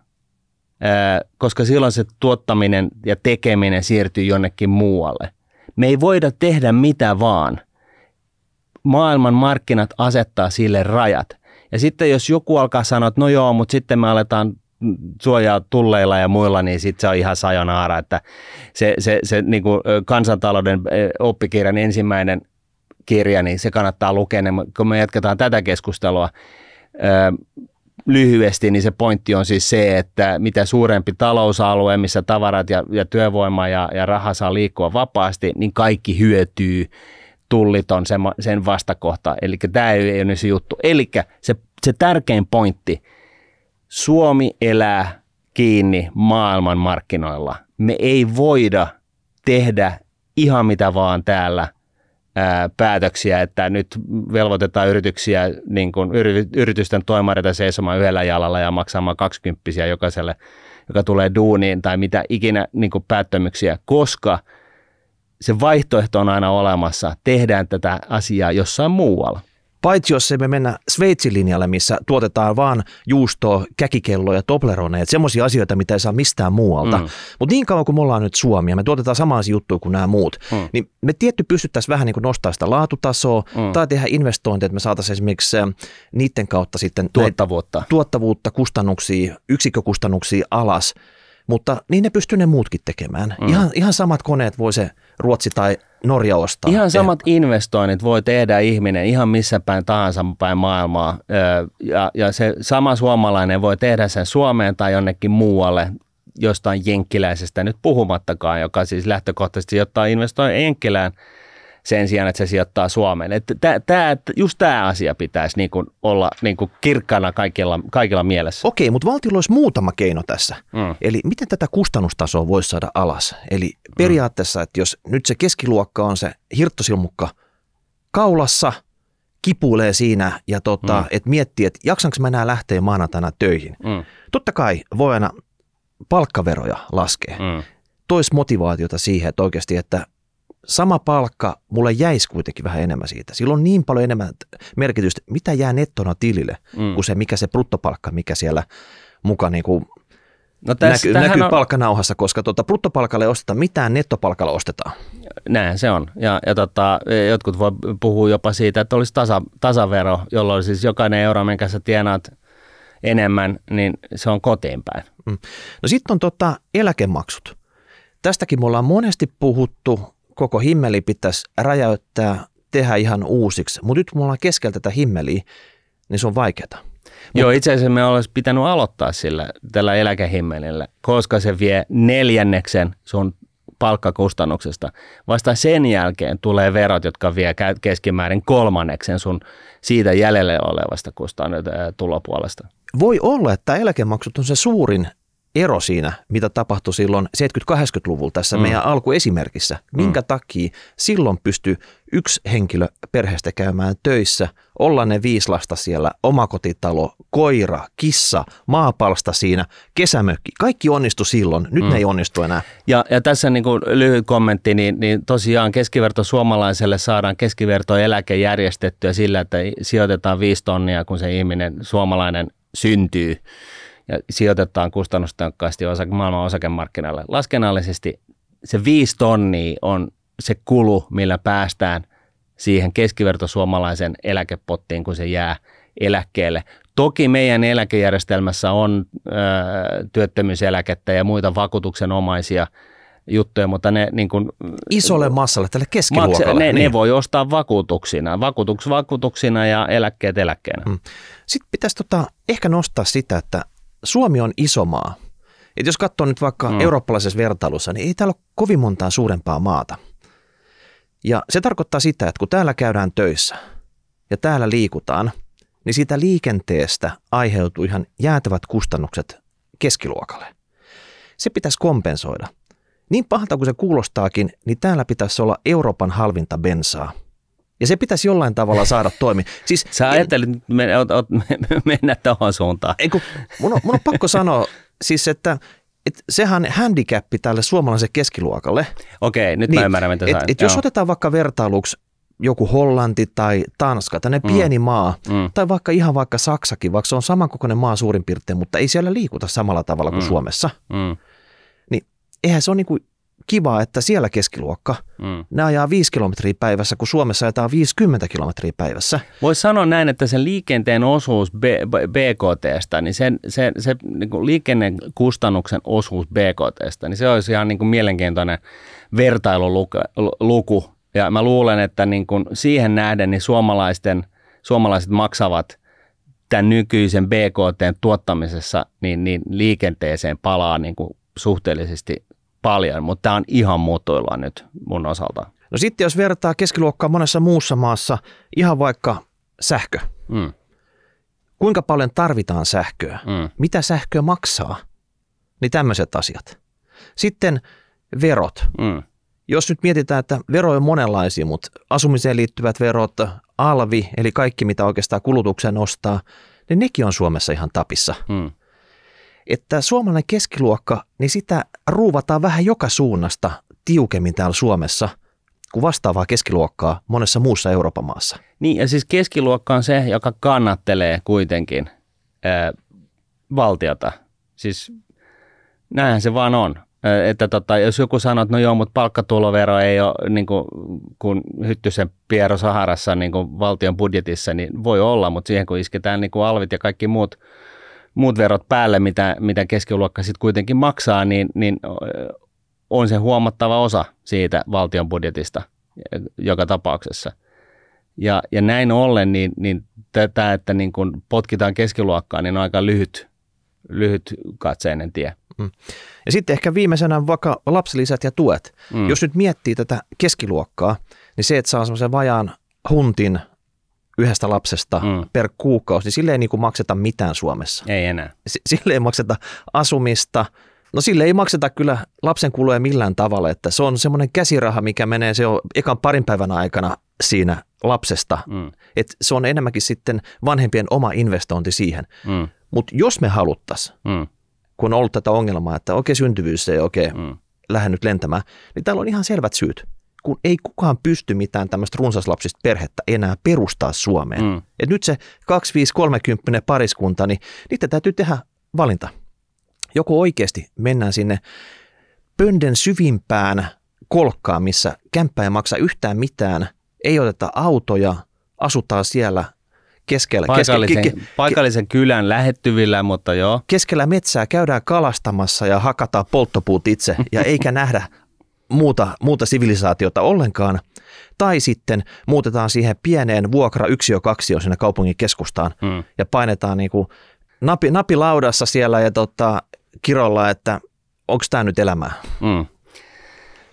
eh, koska silloin se tuottaminen ja tekeminen siirtyy jonnekin muualle. Me ei voida tehdä mitä vaan. Maailman markkinat asettaa sille rajat. Ja sitten jos joku alkaa sanoa, että no joo, mutta sitten me aletaan suojaa tulleilla ja muilla, niin sitten se on ihan sayonara, että se, se, se niin kuin kansantalouden oppikirjan ensimmäinen kirja, niin se kannattaa lukea. Kun me jatketaan tätä keskustelua ää, lyhyesti, niin se pointti on siis se, että mitä suurempi talousalue, missä tavarat ja, ja työvoima ja, ja raha saa liikkua vapaasti, niin kaikki hyötyy. Tullit on sen, sen vastakohta, eli tämä ei ole se juttu. Eli se, se tärkein pointti, Suomi elää kiinni maailman markkinoilla. Me ei voida tehdä ihan mitä vaan täällä ää, päätöksiä, että nyt velvoitetaan yrityksiä, niin kuin yritysten toimareita seisomaan yhdellä jalalla ja maksamaan kaksikymppisiä jokaiselle, joka tulee duuniin tai mitä ikinä niin kuin päättömyksiä, koska se vaihtoehto on aina olemassa, tehdään tätä asiaa jossain muualla. Paitsi jos me mennä Sveitsin linjalle, missä tuotetaan vaan juustoa, käkikelloja ja Tobleroneja, semmoisia asioita, mitä ei saa mistään muualta. Mm. Mutta niin kauan kuin me ollaan nyt Suomi ja me tuotetaan samanlaisia juttuja kuin nämä muut, mm. niin me tietty pystyttäisiin vähän niin kuin nostaa sitä laatutasoa mm. tai tehdä investointeja, että me saataisiin esimerkiksi niiden kautta sitten tuottavuutta, tuottavuutta kustannuksia, yksikkökustannuksia alas. Mutta niin ne pystyy ne muutkin tekemään. Mm. Ihan, ihan samat koneet voi se Ruotsi tai Norja ostaa. Ihan samat eh. investoinnit voi tehdä ihminen ihan missä päin tahansa päin maailmaa. Ja, ja se sama suomalainen voi tehdä sen Suomeen tai jonnekin muualle jostain jenkkiläisestä nyt puhumattakaan, joka siis lähtökohtaisesti sijoittaa investoin jenkkilään sen sijaan, että se sijoittaa Suomeen. Että tää, tää, just tämä asia pitäisi niinku olla niinku kirkkana kaikilla, kaikilla mielessä. Okei, mutta valtiolla olisi muutama keino tässä. Mm. Eli miten tätä kustannustasoa voisi saada alas? Eli periaatteessa, että jos nyt se keskiluokka on se hirttosilmukka kaulassa, kipuilee siinä ja tota, mm. et miettii, että jaksanko mä enää lähteä maanantaina töihin. Mm. Totta kai voi aina palkkaveroja laskea. Mm. Tois motivaatiota siihen, että oikeasti, että sama palkka, mulle jäisi kuitenkin vähän enemmän siitä. Sillä on niin paljon enemmän merkitystä, mitä jää nettona tilille, mm. kuin se, mikä se bruttopalkka, mikä siellä mukaan niin kuin no täs, näkyy, näkyy on palkkanauhassa, koska tuota, bruttopalkalle ei osteta mitään, nettopalkalla ostetaan. Näin se on. Ja, ja tota, jotkut voi puhua jopa siitä, että olisi tasa, tasavero, jolloin siis jokainen euro, minkä sä tienaat enemmän, niin se on kotiin päin. Mm. No sitten on tota eläkemaksut. Tästäkin me ollaan monesti puhuttu. Koko himmeli pitäisi räjäyttää, tehdä ihan uusiksi. Mutta nyt kun me ollaan keskellä tätä himmeliä, niin se on vaikeaa. Joo, Mut, itse asiassa me olisi pitänyt aloittaa sillä, tällä eläkehimmelillä, koska se vie neljänneksen sun palkkakustannuksesta. Vasta sen jälkeen tulee verot, jotka vie keskimäärin kolmanneksen sun siitä jäljelle olevasta tulopuolesta. Voi olla, että eläkemaksut on se suurin ero siinä, mitä tapahtui silloin seitsemänkymmentä-kahdeksankymmentäluvulla tässä mm. meidän alkuesimerkissä. Minkä mm. takia silloin pystyi yksi henkilö perheestä käymään töissä, olla ne viisi lasta siellä, omakotitalo, koira, kissa, maapalsta siinä, kesämökki. Kaikki onnistui silloin, nyt mm. ne ei onnistu enää. Ja, ja tässä niin kuin lyhyt kommentti, niin, niin tosiaan keskiverto suomalaiselle saadaan keskiverto eläke järjestettyä sillä, että sijoitetaan viisi tonnia, kun se ihminen suomalainen syntyy. Ja sijoitetaan kustannustehokkaasti osake, maailman osakemarkkinalle. Laskennallisesti se viisi tonnia on se kulu, millä päästään siihen keskivertosuomalaisen eläkepottiin, kun se jää eläkkeelle. Toki meidän eläkejärjestelmässä on ö, työttömyyseläkettä ja muita vakuutuksenomaisia juttuja, mutta ne niin kuin, isolle massalle, tälle keskiluokalle. Maksa, ne, niin. ne voi ostaa vakuutuksina, vakuutuks, vakuutuksina ja eläkkeet eläkkeenä. Hmm. Sitten pitäisi tota, ehkä nostaa sitä, että Suomi on iso maa. Et jos katsoo nyt vaikka hmm. eurooppalaisessa vertailussa, niin ei täällä ole kovin montaa suurempaa maata. Ja se tarkoittaa sitä, että kun täällä käydään töissä ja täällä liikutaan, niin siitä liikenteestä aiheutuu ihan jäätävät kustannukset keskiluokalle. Se pitäisi kompensoida. Niin pahalta kuin se kuulostaakin, niin täällä pitäisi olla Euroopan halvinta bensaa. Ja se pitäisi jollain tavalla saada toimia. Siis, Sä ajattelit, että mennä tuohon suuntaan. Ei, kun, mun, on, mun on pakko sanoa, siis että et sehän on handicappi tälle suomalaiselle keskiluokalle. Okei, nyt niin, mä ymmärrän, mitä et, sä... et jos otetaan vaikka vertailuksi joku Hollanti tai Tanska, tämmöinen mm. pieni maa, mm. tai vaikka ihan vaikka Saksakin, vaikka se on samankokoinen maa suurin piirtein, mutta ei siellä liikuta samalla tavalla kuin mm. Suomessa, mm. niin eihän se ole niin kuin kiva, että siellä keskiluokka, mm. ne ajaa viisi kilometriä päivässä, kun Suomessa ajetaan viisikymmentä kilometriä päivässä. Voisi sanoa näin, että sen liikenteen osuus B, B K T:stä, niin sen, se, se niin kuin liikennekustannuksen osuus B K T:stä, niin se olisi ihan niin kuin mielenkiintoinen vertailuluku. Ja mä luulen, että niin kuin siihen nähden niin suomalaisten, suomalaiset maksavat tämän nykyisen B K T:n tuottamisessa, niin, niin liikenteeseen palaa niin kuin suhteellisesti paljon, mutta tämä on ihan muotoilua nyt mun osalta. No sitten jos vertaa keskiluokkaa monessa muussa maassa, ihan vaikka sähkö. Mm. Kuinka paljon tarvitaan sähköä? Mm. Mitä sähköä maksaa? Niin tämmöiset asiat. Sitten verot. Mm. Jos nyt mietitään, että veroja on monenlaisia, mutta asumiseen liittyvät verot, alvi, eli kaikki mitä oikeastaan kulutukseen nostaa, niin nekin on Suomessa ihan tapissa. Mm. Että suomalainen keskiluokka, niin sitä ruuvataan vähän joka suunnasta tiukemmin täällä Suomessa kuin vastaavaa keskiluokkaa monessa muussa Euroopan maassa. Niin, ja siis keskiluokka on se, joka kannattelee kuitenkin ää, valtiota. Siis näinhän se vaan on. Että tota, jos joku sanoo, että no joo, mutta palkkatulovero ei ole niin kuin, kun Hyttysen Piero Saharassa niin kuin valtion budjetissa, niin voi olla, mutta siihen kun isketään niin kuin alvit ja kaikki muut, muut verot päälle, mitä, mitä keskiluokka sitten kuitenkin maksaa, niin, niin on se huomattava osa siitä valtion budjetista joka tapauksessa. Ja, ja näin ollen, niin, niin tätä, että niin kun potkitaan keskiluokkaa, niin on aika lyhyt, lyhyt katseinen tie. Mm. Ja sitten ehkä viimeisenä vaikka lapsilisät ja tuet. Mm. Jos nyt miettii tätä keskiluokkaa, niin se, että saa semmoisen vajaan huntin yhdestä lapsesta mm. per kuukausi, niin sille ei niin kuin makseta mitään Suomessa. Ei enää. S- sille ei makseta asumista. No sille ei makseta kyllä lapsen kuluja millään tavalla, että se on semmoinen käsiraha, mikä menee se on ekan parin päivän aikana siinä lapsesta. Mm. Että se on enemmänkin sitten vanhempien oma investointi siihen. Mm. Mutta jos me haluttaisiin, mm. kun on ollut tätä ongelmaa, että okei syntyvyys ei oikein mm. lähde nyt lentämään, niin täällä on ihan selvät syyt. Kun ei kukaan pysty mitään tämmöistä runsaslapsista perhettä enää perustaa Suomeen. Mm. Et nyt se kaksikymmentäviisi kolmekymmentä pariskunta, niin niitä täytyy tehdä valinta. Joko oikeasti mennään sinne pönden syvimpään kolkkaan, missä kämppä ei maksa yhtään mitään, ei oteta autoja, asutaan siellä keskellä. Paikallisen, keske, ke, paikallisen kylän lähettyvillä, mutta joo. Keskellä metsää käydään kalastamassa ja hakataan polttopuut itse ja eikä nähdä muuta, muuta sivilisaatiota ollenkaan. Tai sitten muutetaan siihen pieneen vuokra yksiö kaksio sinne kaupungin keskustaan hmm. ja painetaan niin kuin napi, napilaudassa siellä ja tota, kirolla, että onko tämä nyt elämää. Hmm.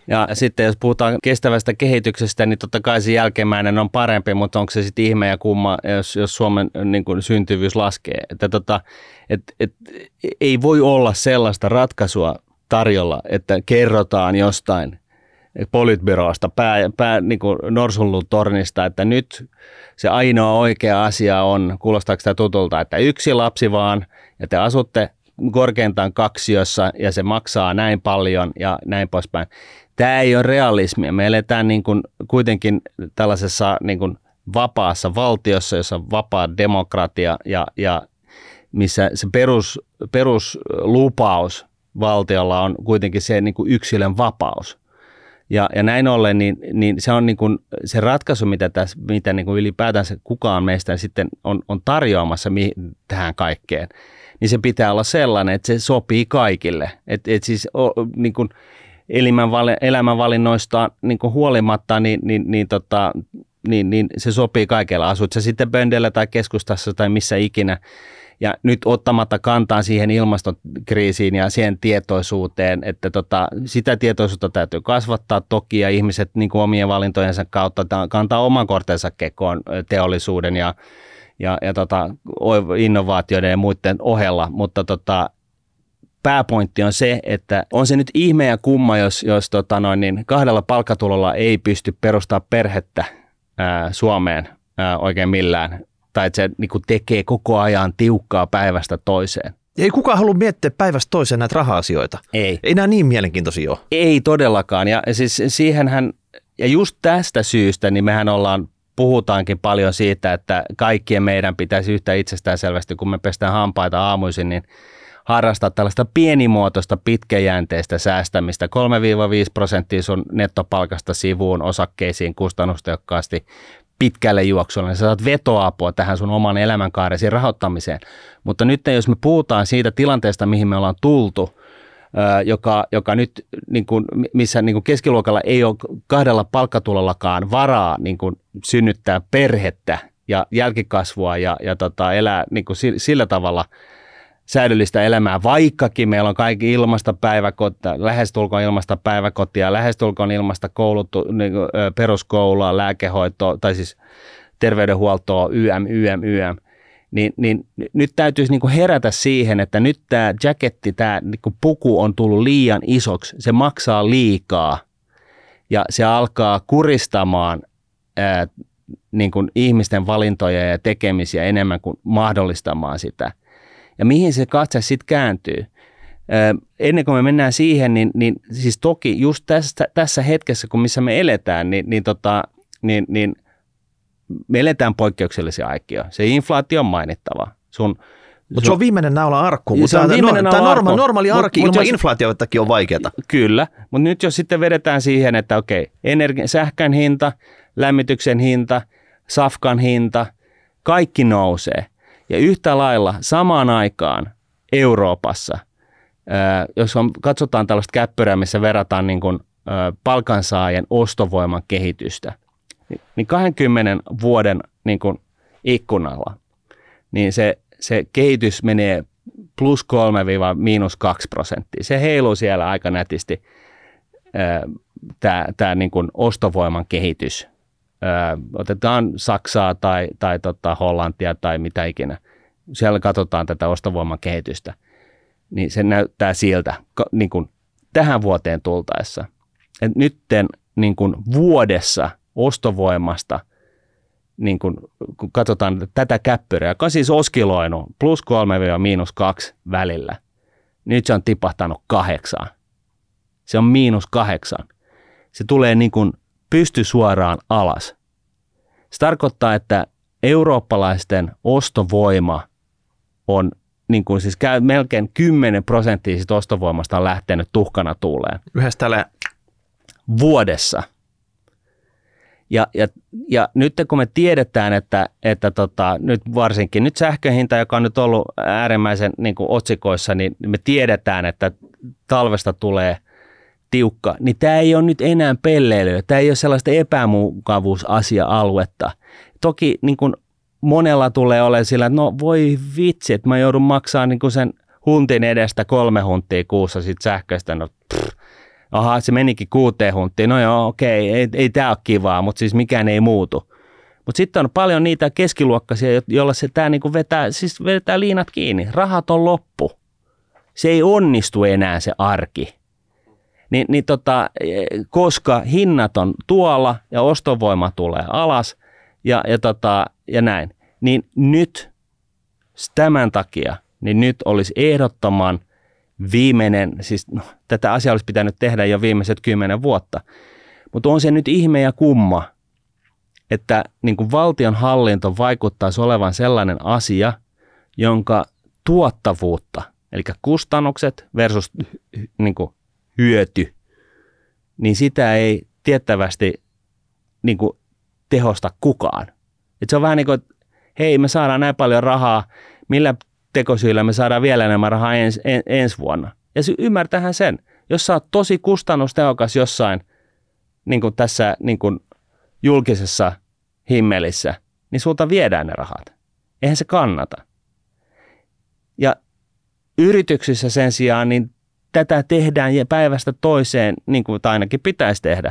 Ja sitten jos puhutaan kestävästä kehityksestä, niin totta kai se jälkimmäinen on parempi, mutta onko se sitten ihme ja kumma, jos, jos Suomen niin kuin syntyvyys laskee. Että tota, et, et, ei voi olla sellaista ratkaisua tarjolla, että kerrotaan jostain politbyrosta, pää, pää niin kuin norsunluun tornista, että nyt se ainoa oikea asia on, kuulostaako sitä tutulta, että yksi lapsi vaan, ja te asutte korkeintaan kaksiossa, ja se maksaa näin paljon, ja näin poispäin. Tämä ei ole realismia. Me eletään niin kuin kuitenkin tällaisessa niin kuin vapaassa valtiossa, jossa on vapaa demokratia, ja, ja missä se perus, peruslupaus valtiolla on kuitenkin se niin kuin yksilön vapaus. Ja, ja näin ollen, niin, niin se on niin kuin se ratkaisu, mitä, tässä, mitä niin kuin ylipäätänsä kukaan meistä sitten on, on tarjoamassa mihin, tähän kaikkeen, niin se pitää olla sellainen, että se sopii kaikille. Että et siis o, niin kuin elämänvalinnoista niin kuin huolimatta, niin, niin, niin, tota, niin, niin se sopii kaikille. Asut sä sitten Böndellä tai keskustassa tai missä ikinä. Ja nyt ottamatta kantaa siihen ilmastokriisiin ja siihen tietoisuuteen, että tota, sitä tietoisuutta täytyy kasvattaa toki ja ihmiset niin kuin omien valintojensa kautta kantaa oman kortensa kekoon teollisuuden ja, ja, ja tota, innovaatioiden ja muiden ohella, mutta tota, pääpointti on se, että on se nyt ihme ja kumma, jos, jos tota noin, niin kahdella palkkatulolla ei pysty perustamaan perhettä ää, Suomeen ää, oikein millään. Tai että se niin kuin tekee koko ajan tiukkaa päivästä toiseen. Ei kukaan halua miettiä päivästä toiseen näitä raha-asioita. Ei. Ei nämä niin mielenkiintoisia ole. Ei todellakaan. Ja siis siihenhän, ja just tästä syystä, niin mehän ollaan, puhutaankin paljon siitä, että kaikkien meidän pitäisi yhtä itsestäänselvästi, kun me pestään hampaita aamuisin, niin harrastaa tällaista pienimuotoista pitkäjänteistä säästämistä. kolme viiva viisi prosenttia sun nettopalkasta sivuun osakkeisiin kustannustehokkaasti pitkälle juoksulle, niin sä saat vetoapua tähän sun oman elämänkaaresi rahoittamiseen. Mutta nyt jos me puhutaan siitä tilanteesta, mihin me ollaan tultu, joka, joka nyt, niin kuin, missä niin kuin keskiluokalla ei ole kahdella palkkatulollakaan varaa niin kuin synnyttää perhettä ja jälkikasvua ja, ja tota, elää niin kuin sillä tavalla säädyllistä elämää, vaikkakin meillä on kaikki ilmasta päiväkotia, lähestulkoon ilmasta päiväkotia, lähestulkoon ilmasta kouluttu, niin kuin, peruskoulua, lääkehoitoa tai siis terveydenhuoltoa, ym, ym, ym. Niin, niin nyt täytyisi niin kuin herätä siihen, että nyt tämä jacketti, tämä niin kuin puku on tullut liian isoksi, se maksaa liikaa ja se alkaa kuristamaan ää, niin kuin ihmisten valintoja ja tekemisiä enemmän kuin mahdollistamaan sitä. Ja mihin se katse sitten kääntyy? Ää, ennen kuin me mennään siihen, niin, niin siis toki just tässä, tässä hetkessä, kun missä me eletään, niin, niin, tota, niin, niin me eletään poikkeuksellisia aikia. Se inflaatio on mainittava. Sun, mutta se on viimeinen naula arkkuun. Mutta tämä norma, norma, normaali arki mut, ilman mut inflaatiotakin on vaikeaa. Kyllä, mutta nyt jos sitten vedetään siihen, että okei, energi- sähkön hinta, lämmityksen hinta, safkan hinta, kaikki nousee. Ja yhtä lailla samaan aikaan Euroopassa, ää, jos on, katsotaan tällaista käppyrää, missä verrataan niin kuin, ää, palkansaajien ostovoiman kehitystä, niin kahdenkymmenen vuoden niin kuin ikkunalla, niin se, se kehitys menee plus kolme viiva miinus kaksi prosenttia. Se heiluu siellä aika nätisti, tämä niin kuin ostovoiman kehitys. Ää, otetaan Saksaa tai, tai tota Hollantia tai mitä ikinä. Siellä katsotaan tätä ostovoiman kehitystä. Niin se näyttää siltä niin kuin tähän vuoteen tultaessa. Et nytten niin kuin vuodessa ostovoimasta, niin kun, kun katsotaan tätä käppyrää, joka on siis oskiloinut plus kolme ja miinus kaksi välillä. Nyt se on tipahtanut kahdeksaan. Se on miinus kahdeksan. Se tulee niin kuin pysty suoraan alas. Se tarkoittaa, että eurooppalaisten ostovoima on niin kuin siis melkein kymmenen prosenttia siitä ostovoimasta on lähtenyt tuhkana tuuleen. Yhdessä tällä vuodessa. Ja, ja, ja nyt kun me tiedetään, että, että tota, nyt varsinkin nyt sähkön hinta, joka on nyt ollut äärimmäisen niin kuin otsikoissa, niin me tiedetään, että talvesta tulee tiukka, niin tämä ei ole nyt enää pelleilyä. Tämä ei ole sellaista epämukavuusasia-aluetta. Toki niin kuin monella tulee olemaan sillä, että no voi vitsi, että mä joudun maksamaan niin kuin sen huntin edestä kolme hunttia kuussa sit sähköistä. No, pff, Aha, se menikin kuuteen hunttiin, no joo, okei, ei, ei tämä ole kivaa, mutta siis mikään ei muutu. Mutta sitten on paljon niitä keskiluokkaisia, joilla se tämä niinku vetää, siis vetää liinat kiinni. Rahat on loppu. Se ei onnistu enää se arki. Ni, niin tota, koska hinnat on tuolla ja ostovoima tulee alas ja, ja, tota, ja näin, niin nyt tämän takia niin nyt olisi ehdottoman viimeinen, siis no, tätä asiaa olisi pitänyt tehdä jo viimeiset kymmenen vuotta, mutta on se nyt ihme ja kumma, että niin kuin valtionhallinto vaikuttaisi olevan sellainen asia, jonka tuottavuutta, eli kustannukset versus niin kuin hyöty, niin sitä ei tiettävästi niin kuin tehosta kukaan. Et se on vähän niin kuin, että hei, me saadaan näin paljon rahaa, millä tekosyillä me saadaan vielä enemmän rahaa ens, en, ensi vuonna. Ja se ymmärtähän sen, jos sä oot tosi kustannustehokas jossain niin kuin tässä niin kuin julkisessa himmelissä, niin sulta viedään ne rahat. Eihän se kannata. Ja yrityksissä sen sijaan, niin tätä tehdään päivästä toiseen, niin kuin ainakin pitäisi tehdä.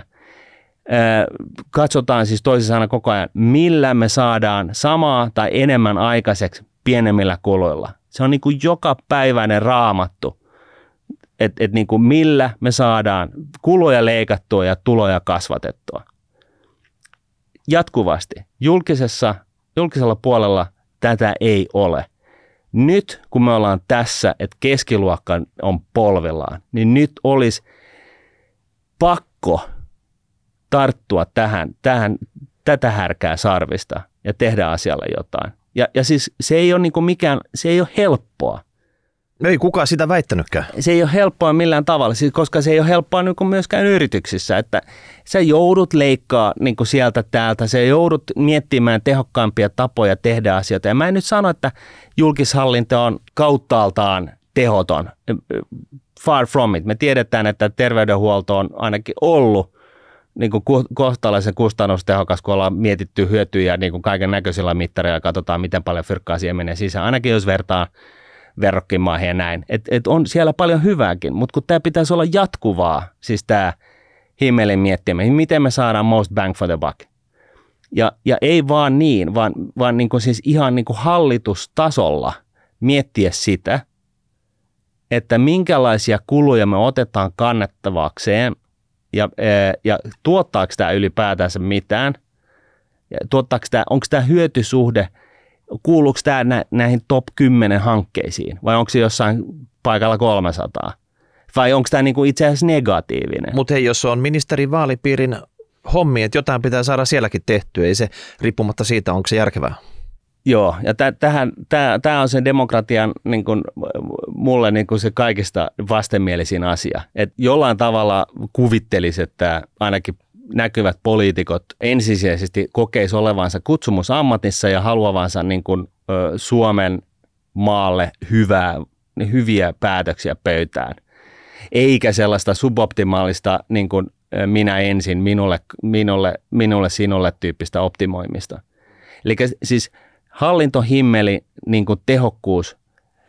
Katsotaan siis toisin sanoen koko ajan, millä me saadaan samaa tai enemmän aikaiseksi pienemmillä kuluilla. Se on niin kuin joka päiväinen raamattu, että et niin kuin millä me saadaan kuluja leikattua ja tuloja kasvatettua. Jatkuvasti. Julkisessa, julkisella puolella tätä ei ole. Nyt kun me ollaan tässä, että keskiluokka on polvillaan, niin nyt olisi pakko tarttua tähän, tähän, tätä härkää sarvista ja tehdä asialle jotain. Ja, ja siis se ei ole niinku mikään, se ei ole helppoa. Ei kukaan sitä väittänytkään. Se ei ole helppoa millään tavalla, siis koska se ei ole helppoa niinku myöskään yrityksissä, että sä joudut leikkaa niinku sieltä täältä, sä joudut miettimään tehokkaampia tapoja tehdä asioita. Ja mä en nyt sano, että julkishallinto on kauttaaltaan tehoton, far from it. Me tiedetään, että terveydenhuolto on ainakin ollut niin kuin kohtalaisen kustannustehokas, kun ollaan mietitty hyötyjä niin kuin kaiken näköisillä mittareilla ja katsotaan, miten paljon fyrkkaa siihen menee sisään. Ainakin jos vertaa verrokkimaihin ja näin. Et, et on siellä paljon hyvääkin, mutta kun tämä pitäisi olla jatkuvaa, siis tämä himmelin miettiminen, miten me saadaan most bang for the buck. Ja, ja ei vaan niin, vaan, vaan niin kuin siis ihan niin kuin hallitustasolla miettiä sitä, että minkälaisia kuluja me otetaan kannettavakseen ja, ja tuottaako tämä ylipäätänsä mitään, ja tuottaako tämä, onko tämä hyötysuhde, kuuluuko tämä nä, näihin top kymmenen hankkeisiin vai onko se jossain paikalla kolmesataa vai onko tämä niinku itse asiassa negatiivinen? Mutta hei, jos on ministerin vaalipiirin hommi, että jotain pitää saada sielläkin tehtyä, ei se riippumatta siitä, onko se järkevää. Joo, ja tämä on se demokratian niin kun, mulle niin kun se kaikista vastenmielisin asia. Et jollain tavalla kuvittelisi, että ainakin näkyvät poliitikot ensisijaisesti kokeisi olevansa kutsumusammatissa ja haluavansa niin kun, ö, Suomen maalle hyvää, hyviä päätöksiä pöytään. Eikä sellaista suboptimaalista niin kun, minä ensin, minulle, minulle, minulle, sinulle tyyppistä optimoimista. Eli siis hallintohimmeli, niin kuin tehokkuus,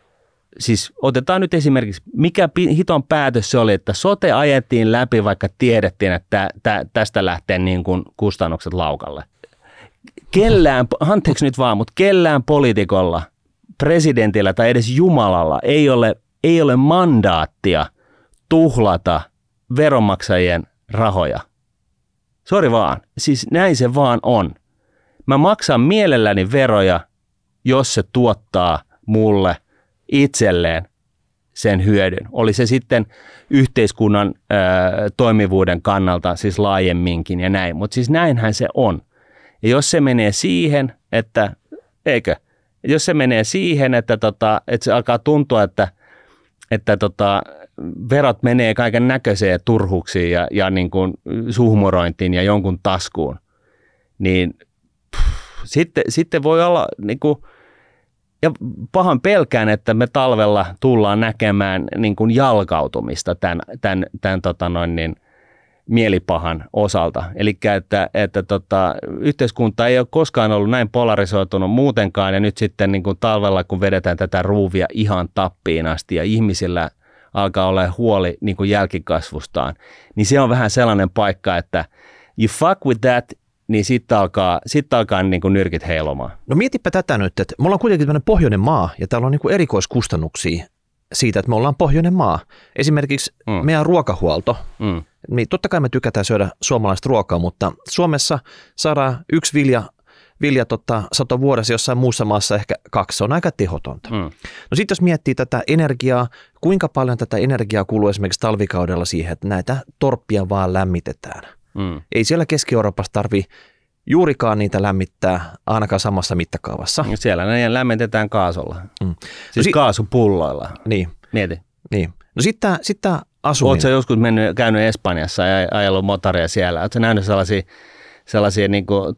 siis otetaan nyt esimerkiksi, mikä hiton päätös se oli, että sote ajettiin läpi, vaikka tiedettiin, että tä, tästä lähtee niin kuin kustannukset laukalle. Kellään, anteeksi nyt vaan, mutta kellään poliitikolla, presidentillä tai edes Jumalalla ei ole, ei ole mandaattia tuhlata veronmaksajien rahoja. Sori vaan, siis näin se vaan on. Mä maksan mielelläni veroja, jos se tuottaa mulle itselleen sen hyödyn. Oli se sitten yhteiskunnan ö, toimivuuden kannalta siis laajemminkin ja näin, mutta siis näinhän se on. Ja jos se menee siihen, että, eikö, jos se menee siihen, että, tota, että se alkaa tuntua, että, että tota, verot menee kaiken näköiseen turhuksiin ja, ja niin kuin suhmurointiin ja jonkun taskuun, niin Sitten, sitten voi olla, niin kuin, ja pahan pelkään, että me talvella tullaan näkemään niin kuin jalkautumista tämän, tämän, tämän tota noin, niin, mielipahan osalta. Eli että, että tota, yhteiskunta ei ole koskaan ollut näin polarisoitunut muutenkaan, ja nyt sitten niin kuin talvella, kun vedetään tätä ruuvia ihan tappiin asti, ja ihmisillä alkaa olla huoli niin kuin jälkikasvustaan, niin se on vähän sellainen paikka, että you fuck with that, niin sitten alkaa, sit alkaa niin kuin nyrkit heilomaan. No mietipä tätä nyt, että me ollaan kuitenkin tämmöinen pohjoinen maa, ja täällä on niin kuin erikoiskustannuksia siitä, että me ollaan pohjoinen maa. Esimerkiksi mm. meidän ruokahuolto, mm. niin totta kai me tykätään syödä suomalaista ruokaa, mutta Suomessa saadaan yksi vilja, vilja tota, sato vuodessa, jossain muussa maassa ehkä kaksi, se on aika tehotonta. Mm. No sitten jos miettii tätä energiaa, kuinka paljon tätä energiaa kuluu esimerkiksi talvikaudella siihen, että näitä torppia vaan lämmitetään. Mm. Ei siellä Keski-Euroopassa tarvitse juurikaan niitä lämmittää ainakaan samassa mittakaavassa. Siellä ne lämmitetään kaasulla, mm. siis no si- kaasupulloilla. Niin. Mieti. Niin. No sitten tämä asuminen. Oletko joskus mennyt, käynyt Espanjassa ja ajellut motoria siellä? Oletko nähnyt sellaisia, sellaisia niin kuin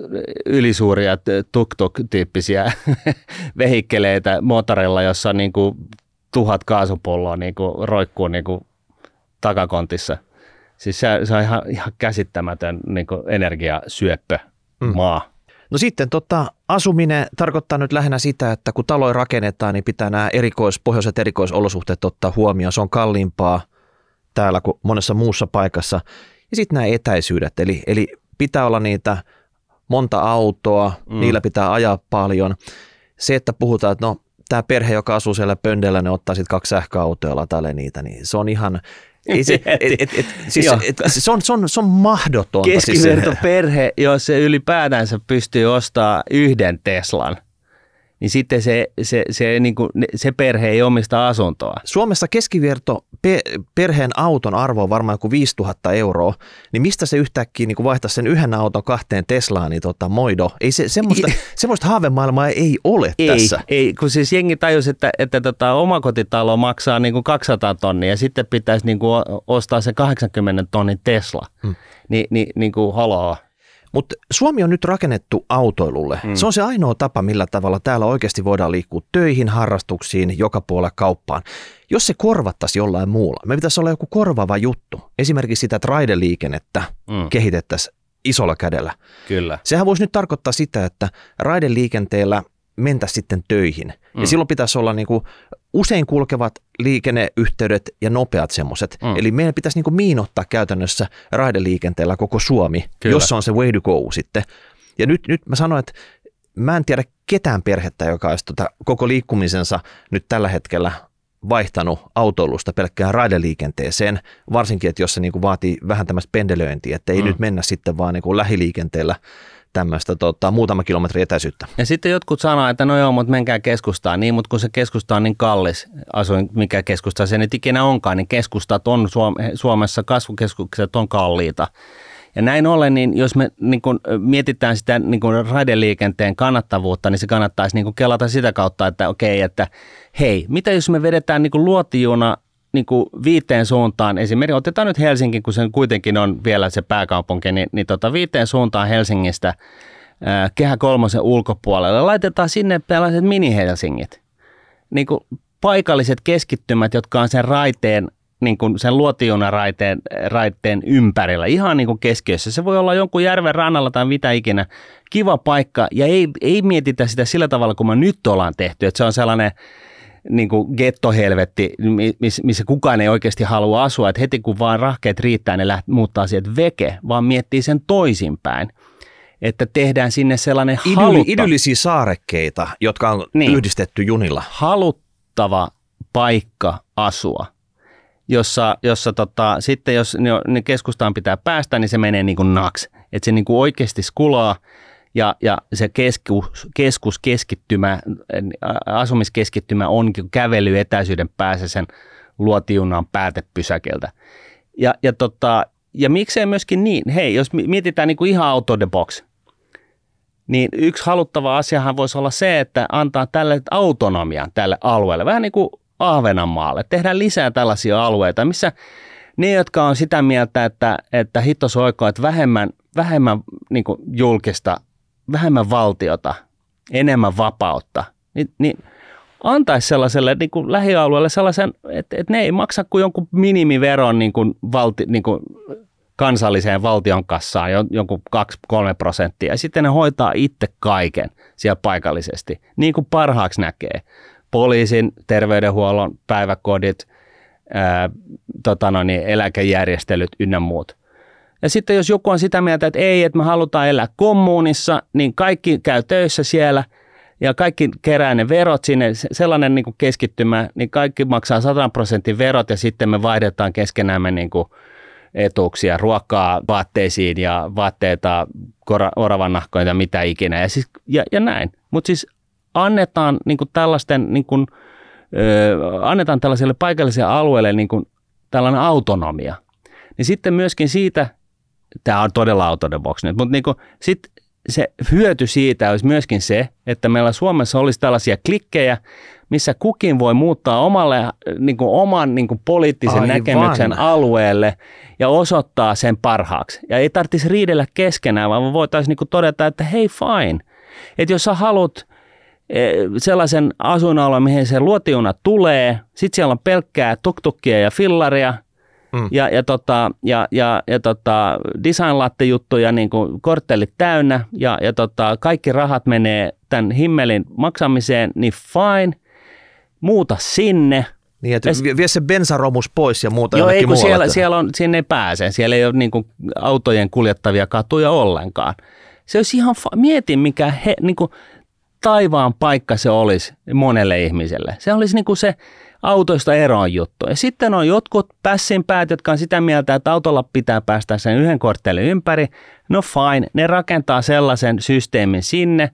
ylisuuria tuk-tuk-tyyppisiä vehikkeleitä motorilla, jossa on niin kuin tuhat kaasupulloa niin kuin roikkuu niin kuin takakontissa? Siis se, se on ihan, ihan käsittämätön niin kuin energiasyöppö mm. maa. No sitten tota, asuminen tarkoittaa nyt lähinnä sitä, että kun taloja rakennetaan, niin pitää nämä erikois, pohjoiset erikoisolosuhteet ottaa huomioon. Se on kalliimpaa täällä kuin monessa muussa paikassa. Ja sitten nämä etäisyydet, eli, eli pitää olla niitä monta autoa, mm. niillä pitää ajaa paljon. Se, että puhutaan, että no tämä perhe, joka asuu siellä pöndellä, ne ottaa sitten kaksi sähköautoa ja latailee niitä, niin se on ihan... Ei se, et, et, et, siis, et, se, on, se, on, se on mahdotonta. Keskiverto siis perhe, jos se ylipäätänsä pystyy ostamaan yhden Teslan, niin sitten se, se, se, niin kuin, se perhe ei omista asuntoa. Suomessa keskiverto pe- perheen auton arvo on varmaan joku viisituhatta euroa, niin mistä se yhtäkkiä niin vaihtaisi sen yhden auton kahteen Teslaan, niin tota, moido. Ei se, semmoista, semmoista haavemaailmaa ei ole ei, tässä. Ei, kun siis jengi tajusi, että, että tota, omakotitalo maksaa niin kuin kaksisataa tonnia ja sitten pitäisi niin kuin ostaa se kahdeksankymmentä tonnin Tesla. Hmm. Ni, ni, niin kuin haloo. Mutta Suomi on nyt rakennettu autoilulle. Mm. Se on se ainoa tapa, millä tavalla täällä oikeasti voidaan liikkua töihin, harrastuksiin, joka puolella kauppaan. Jos se korvattaisiin jollain muulla, me pitäisi olla joku korvaava juttu. Esimerkiksi sitä, että raideliikennettä mm. kehitettäisiin isolla kädellä. Kyllä. Sehän voisi nyt tarkoittaa sitä, että raideliikenteellä mentäisiin sitten töihin. Mm. Ja silloin pitäisi olla niinku usein kulkevat liikenneyhteydet ja nopeat semmoiset. Mm. Eli meidän pitäisi niinku miinottaa käytännössä raideliikenteellä koko Suomi, Kyllä. jos on se way to go sitten. Ja nyt, nyt mä sanoin, että mä en tiedä ketään perhettä, joka olisi tota koko liikkumisensa nyt tällä hetkellä vaihtanut autoilusta pelkkään raideliikenteeseen, varsinkin, että jos se niinku vaatii vähän tämmöistä pendelöintiä, että ei mm. nyt mennä sitten vaan niinku lähiliikenteellä tämmöistä tota, muutama kilometri etäisyyttä. Ja sitten jotkut sanoo, että no joo, mutta menkää keskustaan. Niin, mutta kun se keskusta on niin kallis, asuin mikä keskusta se nyt ikinä onkaan, niin keskustat on Suomessa, kasvukeskukset on kalliita. Ja näin ollen, niin jos me niin kun mietitään sitä niin kun raideliikenteen kannattavuutta, niin se kannattaisi niin kun kelata sitä kautta, että okei, että hei, mitä jos me vedetään niin kun luotijuna niin kuin viiteen suuntaan, esimerkiksi otetaan nyt Helsinki, kun se kuitenkin on vielä se pääkaupunki, niin, niin tota viiteen suuntaan Helsingistä ää, Kehä kolmosen ulkopuolelle. Laitetaan sinne tällaiset mini-Helsingit, niin kuin paikalliset keskittymät, jotka on sen raiteen, niin kuin sen luotijunaraiteen raiteen ympärillä, ihan niin kuin keskiössä. Se voi olla jonkun järven rannalla tai mitä ikinä. Kiva paikka ja ei, ei mietitä sitä sillä tavalla, kun me nyt ollaan tehty, että se on sellainen niin kuin gettohelvetti, missä kukaan ei oikeasti halua asua, että heti kun vaan rahkeet riittää, ne läht, muuttaa sieltä veke, vaan miettii sen toisinpäin, että tehdään sinne sellainen Idyli, halutta, idyllisiä saarekkeita, jotka on niin, yhdistetty junilla. Haluttava paikka asua, jossa, jossa tota, sitten jos niin keskustaan pitää päästä, niin se menee niin kuin naks, että se niin kuin oikeasti skulaa. Ja, ja se keskus, keskuskeskittymä, asumiskeskittymä on kävelyetäisyyden päässä sen luotijunnan päätepysäkeltä. Ja, ja, tota, ja miksei myöskin niin, hei, jos mietitään niin kuin ihan out of the box, niin yksi haluttava asiahan voisi olla se, että antaa tälle autonomian tälle alueelle, vähän niin kuin Ahvenanmaalle. Tehdään lisää tällaisia alueita, missä ne, jotka on sitä mieltä, että, että hittos oikoa, että vähemmän, vähemmän niin kuin julkista, vähemmän valtiota, enemmän vapautta, niin, niin antaisi sellaiselle niin kuin lähialueelle sellaisen, että, että ne ei maksa kuin jonkun minimiveron niin kuin valti, niin kuin kansalliseen valtion kassaan, jonkun kaksi kolme prosenttia, ja sitten ne hoitaa itse kaiken siellä paikallisesti, niin kuin parhaaksi näkee. Poliisin, terveydenhuollon, päiväkodit, ää, tota no niin, eläkejärjestelyt ynnä muut. Ja sitten jos joku on sitä mieltä, että ei, että me halutaan elää kommunissa, niin kaikki käy töissä siellä ja kaikki kerää ne verot sinne, sellainen niin kuin keskittymä, niin kaikki maksaa sata prosentin verot ja sitten me vaihdetaan keskenämme niin kuin etuuksia, ruokaa vaatteisiin ja vaatteita, oravan nahkoja ja mitä ikinä ja, siis, ja, ja näin. Mutta siis annetaan niin kuin tällaisten, niin kuin, ö, annetaan tällaiselle paikalliselle alueelle niin kuin tällainen autonomia. Niin sitten myöskin siitä, tämä on todella out of the box nyt, mutta niin kuin, sit se hyöty siitä olisi myöskin se, että meillä Suomessa olisi tällaisia klikkejä, missä kukin voi muuttaa omalle, niin kuin oman niin kuin poliittisen Aivan. näkemyksen alueelle ja osoittaa sen parhaaksi. Ja ei tarvitsisi riidellä keskenään, vaan voitaisiin niin kuin todeta, että hei fine, että jos sä haluat sellaisen asuinalueen, mihin se luotijuna tulee, sitten siellä on pelkkää tuktukkia ja fillaria, Mm. Ja, ja, tota, ja, ja, ja tota, design latte juttuja, niin kuin korttelit täynnä ja, ja tota, kaikki rahat menee tämän himmelin maksamiseen, niin fine, muuta sinne. Niin, että ja, vie se bensaromus pois ja muuta joo, ei, kun muualle. Siellä, siellä on, sinne ei pääse, siellä ei ole niin kuin autojen kuljettavia katuja ollenkaan. Se olisi ihan, fa- mieti mikä he, niin kuin taivaan paikka se olisi monelle ihmiselle. Se olisi niin kuin se autoista eroon juttu. Ja sitten on jotkut pässinpäät, jotka on sitä mieltä, että autolla pitää päästä sen yhden korttelin ympäri. No fine, ne rakentaa sellaisen systeemin sinne.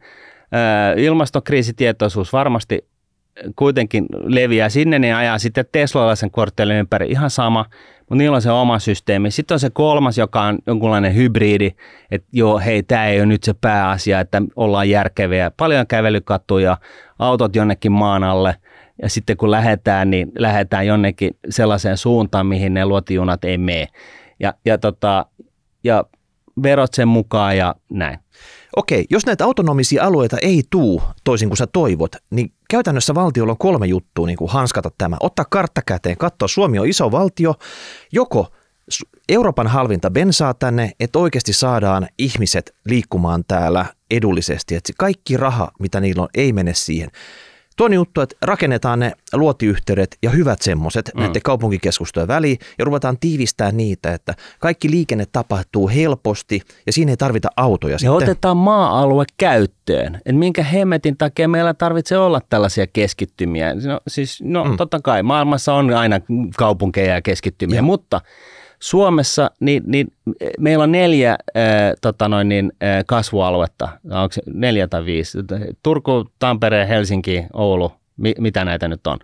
Ilmastokriisitietoisuus varmasti kuitenkin leviää sinne, niin ajaa sitten Teslalla sen korttelin ympäri. Ihan sama, mutta niillä on se oma systeemi. Sitten on se kolmas, joka on jonkunlainen hybridi, että joo, hei, tämä ei ole nyt se pääasia, että ollaan järkeviä. Paljon kävelykatuja, autot jonnekin maan alle. Ja sitten kun lähdetään, niin lähdetään jonnekin sellaiseen suuntaan, mihin ne luotijunat ei mene. Ja, ja, tota, ja verot sen mukaan ja näin. Okei, jos näitä autonomisia alueita ei tuu toisin kuin sä toivot, niin käytännössä valtiolla on kolme juttua niin kuin hanskata tämä. Ottaa kartta käteen, katsoa, Suomi on iso valtio, joko Euroopan halvinta bensaa tänne, että oikeasti saadaan ihmiset liikkumaan täällä edullisesti, että kaikki raha, mitä niillä on, ei mene siihen. Toinen juttu, että rakennetaan ne luotiyhteydet ja hyvät semmoiset mm. näiden kaupunkikeskustojen väliin ja ruvetaan tiivistää niitä, että kaikki liikenne tapahtuu helposti ja siinä ei tarvita autoja ja sitten. Otetaan maa-alue käyttöön. Et minkä hemmetin takia meillä tarvitsee olla tällaisia keskittymiä. No, siis, no mm. totta kai maailmassa on aina kaupunkeja ja keskittymiä, ja. mutta Suomessa niin, niin meillä on neljä ää, tota noin, niin, ää, kasvualuetta, onko se neljä tai viisi? Turku, Tampere, Helsinki, Oulu, mi, mitä näitä nyt on?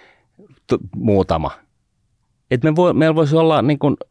T- muutama. Et me voi, meillä voisi olla niin kuin,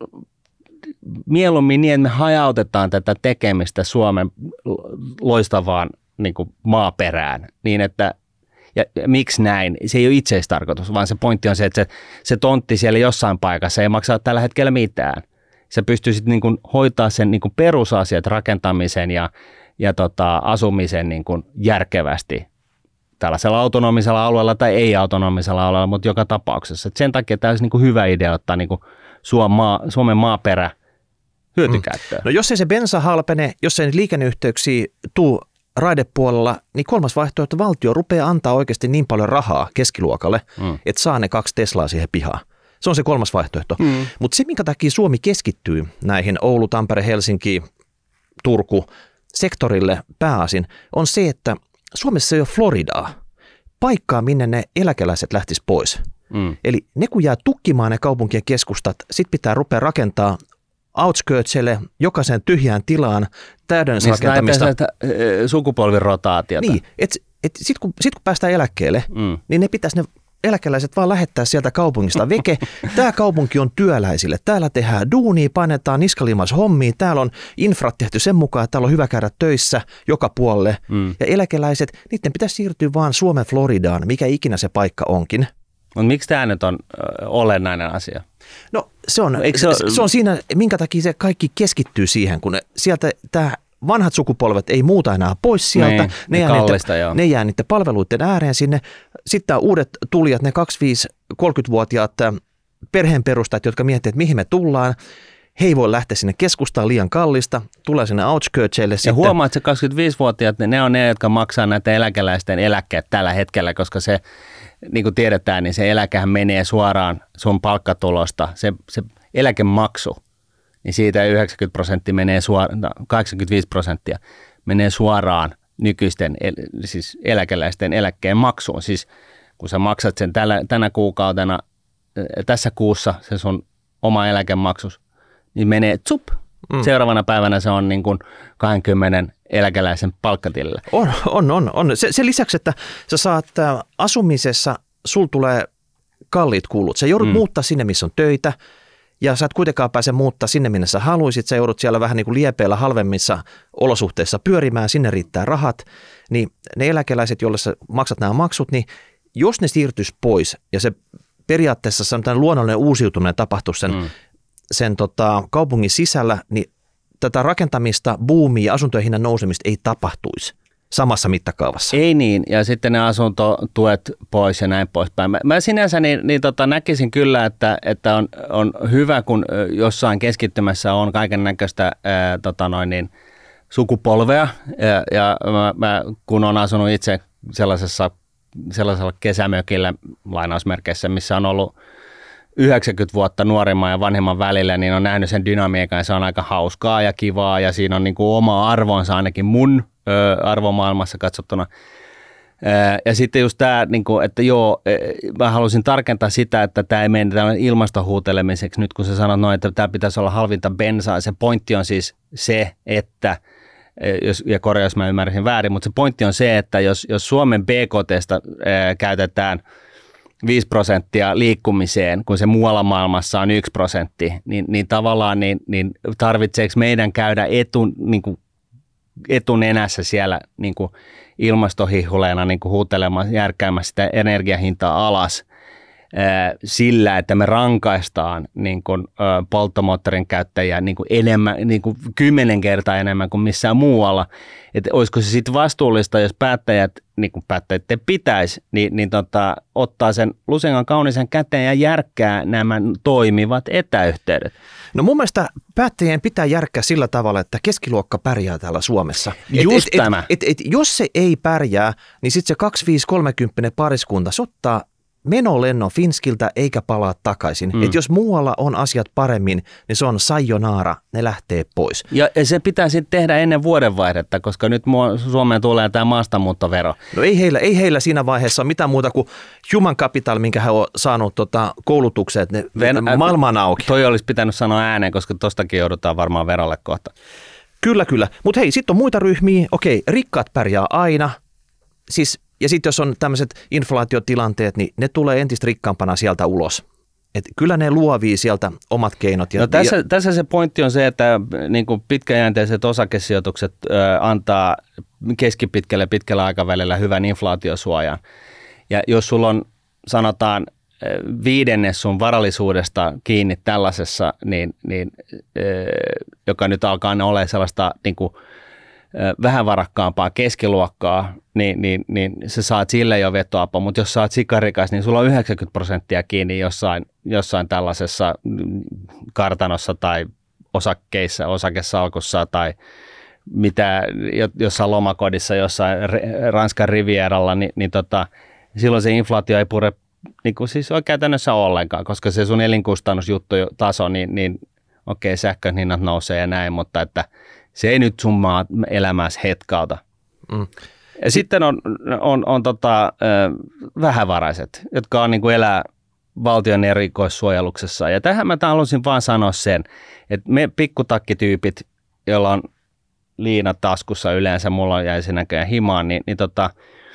mieluummin niin, että me hajautetaan tätä tekemistä Suomen loistavaan niin kuin maaperään niin, että ja, ja miksi näin? Se ei ole itseistarkoitus, vaan se pointti on se, että se, se tontti siellä jossain paikassa ei maksaa tällä hetkellä mitään. Sä pystyisit niin kuin hoitaa sen niin kuin perusasiat, rakentamisen ja, ja tota, asumisen niin kuin järkevästi tällaisella autonomisella alueella tai ei-autonomisella alueella, mutta joka tapauksessa. Et sen takia tämä olisi niin kuin hyvä idea ottaa niin kuin Suomen maaperä hyötykäyttöön. No jos ei se bensa halpene, jos ei liikenneyhteyksiä tuu raidepuolella, niin kolmas vaihtoehto, että valtio rupeaa antaa oikeasti niin paljon rahaa keskiluokalle, mm. että saa ne kaksi Teslaa siihen pihaan. Se on se kolmas vaihtoehto. Mm. Mutta se, minkä takia Suomi keskittyy näihin Oulu, Tampere, Helsinki, Turku sektorille pääasin, on se, että Suomessa ei ole Floridaa, paikkaa, minne ne eläkeläiset lähtis pois. Mm. Eli ne kun jää tukkimaan ne kaupunkien keskustat, sit pitää rupea rakentaa outskirtsille, jokaisen tyhjään tilaan täydennysrakentamista. Niin sitä sukupolvirotaatiota. Niin, että et sitten kun, sit kun päästään eläkkeelle, mm. niin ne pitäisi ne eläkeläiset vaan lähettää sieltä kaupungista veke. Tämä kaupunki on työläisille. Täällä tehdään duunia, painetaan niskalimas hommia. Täällä on infrat tehty sen mukaan, että täällä on hyvä käydä töissä joka puolelle. Mm. Ja eläkeläiset, niiden pitäisi siirtyä vaan Suomen Floridaan, mikä ikinä se paikka onkin. Mutta miksi tämä nyt on ö, olennainen asia? No se on, se, ole... se on siinä, minkä takia se kaikki keskittyy siihen, kun ne, sieltä tämä vanhat sukupolvet ei muuta enää pois sieltä. Niin, ne, ne, jää kallista, niiden, ne jää niiden palveluiden ääreen sinne. Sitten uudet tulijat, ne kaksikymmentäviisi kolmekymmentävuotiaat perheen perustajat, jotka miettivät, että mihin me tullaan. he ei voi lähteä sinne keskustaan liian kallista, tulee sinne outskirtseille. Ja huomaa, että se kaksikymmentäviisivuotiaat, ne on ne, jotka maksaa näitä eläkeläisten eläkkeet tällä hetkellä, koska se, niin kuin tiedetään, niin se eläkehän menee suoraan sun palkkatulosta. Se, se eläkemaksu, niin siitä yhdeksänkymmentä prosenttia menee suoraan, kahdeksankymmentäviisi prosenttia menee suoraan nykyisten siis eläkeläisten eläkkeen maksuun. Siis kun sä maksat sen tällä, tänä kuukautena, tässä kuussa se sun oma eläkemaksus, niin menee tsup. Mm. Seuraavana päivänä se on niin kuin kaksikymmentä eläkeläisen palkkatilille. On, on, on. on. Se, se lisäksi, että sä saat asumisessa, sul tulee kalliit kulut. Sä joudut mm. muuttaa sinne, missä on töitä, ja sä et kuitenkaan pääse muuttaa sinne, minne sä haluisit. Sä joudut siellä vähän niin kuin liepeillä halvemmissa olosuhteissa pyörimään, sinne riittää rahat. Niin ne eläkeläiset, joille sä maksat nämä maksut, niin jos ne siirtyisi pois, ja se periaatteessa se on tämän luonnollinen uusiutuminen tapahtuu sen, mm. sen tota, kaupungin sisällä, niin tätä rakentamista, buumia ja asuntojen hinnan nousemista ei tapahtuisi samassa mittakaavassa. Ei niin, ja sitten ne asuntotuet pois ja näin poispäin. Mä, mä sinänsä niin, niin tota, näkisin kyllä, että, että on, on hyvä, kun jossain keskittymässä on kaiken näköistä ää, tota noin niin, sukupolvea, ja, ja mä, mä, kun olen asunut itse sellaisessa sellaisella kesämökillä lainausmerkeissä, missä on ollut yhdeksänkymmentä vuotta nuorimman ja vanhemman välillä, niin on nähnyt sen dynamiikan ja se on aika hauskaa ja kivaa ja siinä on niin kuin oma arvonsa ainakin mun ö, arvomaailmassa katsottuna. Ö, ja sitten just tämä, niin kuin, että joo, mä halusin tarkentaa sitä, että tämä ei mene ilmastohuutelemiseksi nyt kun sä sanot noin, että tämä pitäisi olla halvinta bensaa. Se pointti on siis se, että Jos, ja korjaa, jos mä ymmärsin väärin, mutta se pointti on se, että jos, jos Suomen B K T:stä ää, käytetään viisi prosenttia liikkumiseen, kun se muualla maailmassa on yksi prosentti, niin, niin tavallaan niin, niin tarvitseeko meidän käydä etun, niin kuin etunenässä siellä niin kuin ilmastohihuleena niin kuin huutelemaan, järkkäämässä sitä energiahintaa alas sillä, että me rankaistaan niin kuin, ö, polttomoottorin käyttäjiä niin kuin enemmän, niin kuin kymmenen kertaa enemmän kuin missään muualla. Että olisiko se sitten vastuullista, jos päättäjät, niin kuin päättäjät pitäisi, niin, niin tota, ottaa sen lusingan kaunisen käteen ja järkkää nämä toimivat etäyhteydet. No mun mielestä päättäjien pitää järkkää sillä tavalla, että keskiluokka pärjää täällä Suomessa. Just et, tämä. Et, et, et, jos se ei pärjää, niin sitten se kaksikymmentäviisi kolmekymmentä pariskunta, se ottaa menolennon Finskiltä eikä palaa takaisin. Mm. Et jos muualla on asiat paremmin, niin se on sayonara, ne lähtee pois. Ja se pitää sitten tehdä ennen vuodenvaihdetta, koska nyt Suomeen tulee tämä maastamuuttovero. No ei heillä, ei heillä siinä vaiheessa mitään muuta kuin human capital, minkä he on saanut tota, koulutukset, ne Ven, maailman auki. Toi olisi pitänyt sanoa ääneen, koska tostakin joudutaan varmaan verolle kohta. Kyllä, kyllä. Mutta hei, sitten on muita ryhmiä. Okei, rikkaat pärjää aina. Siis ja sitten jos on tämmöiset inflaatiotilanteet, niin ne tulee entistä rikkaampana sieltä ulos. Et kyllä ne luovii sieltä omat keinot. Ja, no tässä, ja, tässä se pointti on se, että niin kuin pitkäjänteiset osakesijoitukset ö, antaa keskipitkällä ja pitkällä aikavälillä hyvän inflaatiosuojan. Ja jos sulla on, sanotaan, viidennes sun varallisuudesta kiinni tällaisessa, niin, niin, ö, joka nyt alkaa olemaan sellaista niin kuin vähän varakkaampaa keskiluokkaa, niin, niin, niin sä saat sille jo vetoapua, mutta jos sä oot sikarikas, niin sulla on yhdeksänkymmentä prosenttia kiinni jossain, jossain tällaisessa kartanossa tai osakkeissa, osakesalkussa tai mitä, jossain lomakodissa, jossain Ranskan Rivieralla, niin, niin tota, silloin se inflaatio ei pure niin kuin siis käytännössä ollenkaan, koska se sun elinkustannusjuttu taso, niin, niin okei, okay, sähkön hinnat nousee ja näin, mutta että se ei nyt summaa elämässä hetkauta. Mm. Ja sitten on, on, on tota, vähävaraiset, jotka on niin kuin elää valtion erikoissuojeluksessa. Ja tähän mä haluaisin vaan sanoa sen, että me pikkutakkityypit, joilla on liina taskussa yleensä, mulla jäi se näköjään himaan, niin, niin, tota,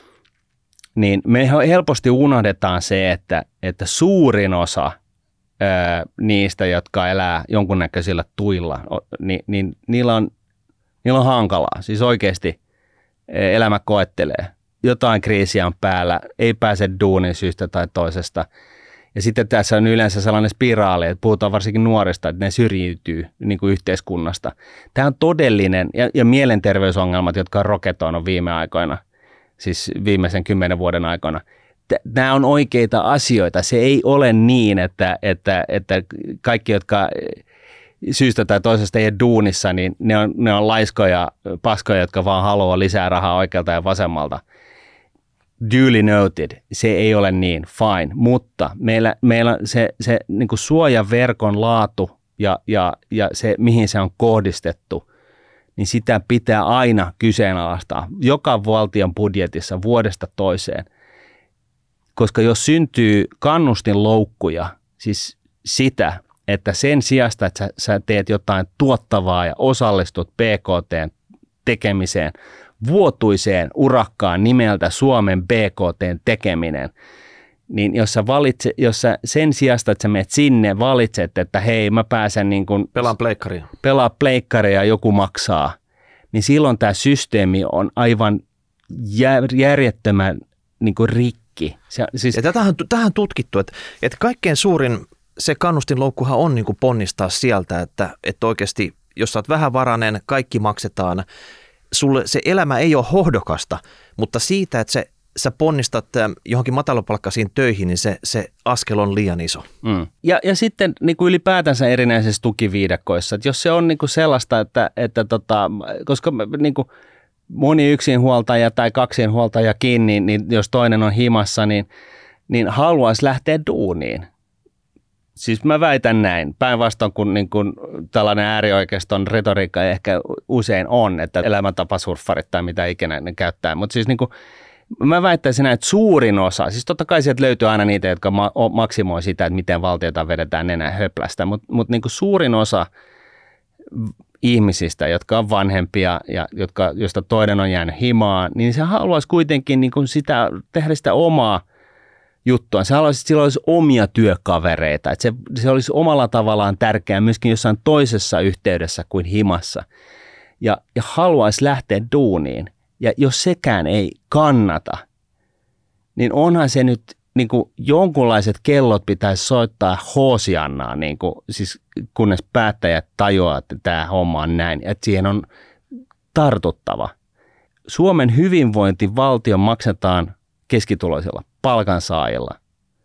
niin me helposti unohdetaan se, että, että suurin osa ää, niistä, jotka elää jonkunnäköisillä tuilla, niin, niin niillä on Niillä on hankalaa, siis oikeasti elämä koettelee. Jotain kriisiä on päällä, ei pääse duunin syystä tai toisesta. Ja sitten tässä on yleensä sellainen spiraali, että puhutaan varsinkin nuorista, että ne syrjiytyy niin kuin yhteiskunnasta. Tämä on todellinen, ja, ja mielenterveysongelmat, jotka on roketoinut viime aikoina, siis viimeisen kymmenen vuoden aikana. Nämä on oikeita asioita. Se ei ole niin, että, että, että kaikki, jotka syystä tai toisesta ei ole duunissa, niin ne on, ne on laiskoja, paskoja, jotka vaan haluaa lisää rahaa oikealta ja vasemmalta. Duly noted, se ei ole niin, fine, mutta meillä, meillä se, se niin kuin suojaverkon laatu ja, ja, ja se, mihin se on kohdistettu, niin sitä pitää aina kyseenalaistaa joka valtion budjetissa vuodesta toiseen. Koska jos syntyy kannustinloukkuja, siis sitä, että sen sijasta, että sä, sä teet jotain tuottavaa ja osallistut P K T:n tekemiseen, vuotuiseen urakkaan nimeltä Suomen B K T:n tekeminen, niin jos sä, valitse, jos sä sen sijasta, että sä menet sinne, valitset, että hei, mä pääsen niin kuin pelaan pleikkaria. Pelaa pleikkaria ja joku maksaa, niin silloin tämä systeemi on aivan järjettömän niin kuin rikki. Se, siis ja tätähän, tähän tutkittu, että, että kaikkein suurin se kannustinloukkuhan on niin kuin ponnistaa sieltä, että, että oikeasti, jos sä oot vähävarainen, kaikki maksetaan. Sulle se elämä ei ole hohdokasta, mutta siitä, että se, sä ponnistat johonkin matalapalkkaisiin töihin, niin se, se askel on liian iso. Mm. Ja, ja sitten niin kuin ylipäätänsä erinäisissä tukiviidakoissa, että jos se on niin kuin sellaista, että, että tota, koska niin kuin moni yksinhuoltaja tai kaksinhuoltajakin, niin, niin jos toinen on himassa, niin, niin haluaisi lähteä duuniin. Siis mä väitän näin, päinvastoin kuin, niin kuin tällainen äärioikeiston retoriikka ehkä usein on, että elämäntapasurffarit tai mitä ikinä ne käyttää. Mutta siis niin kuin, mä väittäisin näin, että suurin osa, siis totta kai sieltä löytyy aina niitä, jotka ma- maksimoi sitä, että miten valtiota vedetään nenän höplästä, mutta mut niin kuin suurin osa ihmisistä, jotka on vanhempia ja jotka, josta toinen on jäänyt himaan, niin se haluaisi kuitenkin niin kuin sitä, tehdä sitä omaa juttua. Se haluaisi, että sillä olisi omia työkavereita, että se, se olisi omalla tavallaan tärkeää myöskin jossain toisessa yhteydessä kuin himassa. Ja, ja haluaisi lähteä duuniin. Ja jos sekään ei kannata, niin onhan se nyt niin kuin jonkunlaiset kellot pitäisi soittaa Hoosiannaan, niin kuin, siis kunnes päättäjät tajuaa, että tämä homma on näin, että siihen on tartuttava. Suomen hyvinvointivaltio maksetaan keskituloisilla palkansaajilla.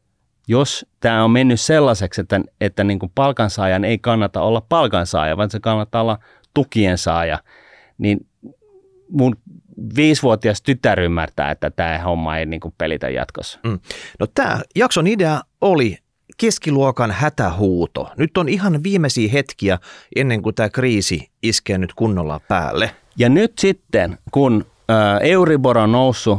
Jos tämä on mennyt sellaiseksi, että, että niin kuin palkansaajan ei kannata olla palkansaaja, vaan se kannattaa olla tukien saaja, niin mun viisivuotias tytär ymmärtää, että tämä homma ei niin kuin pelitä jatkossa. Mm. No tämä jakson idea oli keskiluokan hätähuuto. Nyt on ihan viimeisiä hetkiä ennen kuin tämä kriisi iskee nyt kunnolla päälle. Ja nyt sitten, kun ä, Euribor on noussut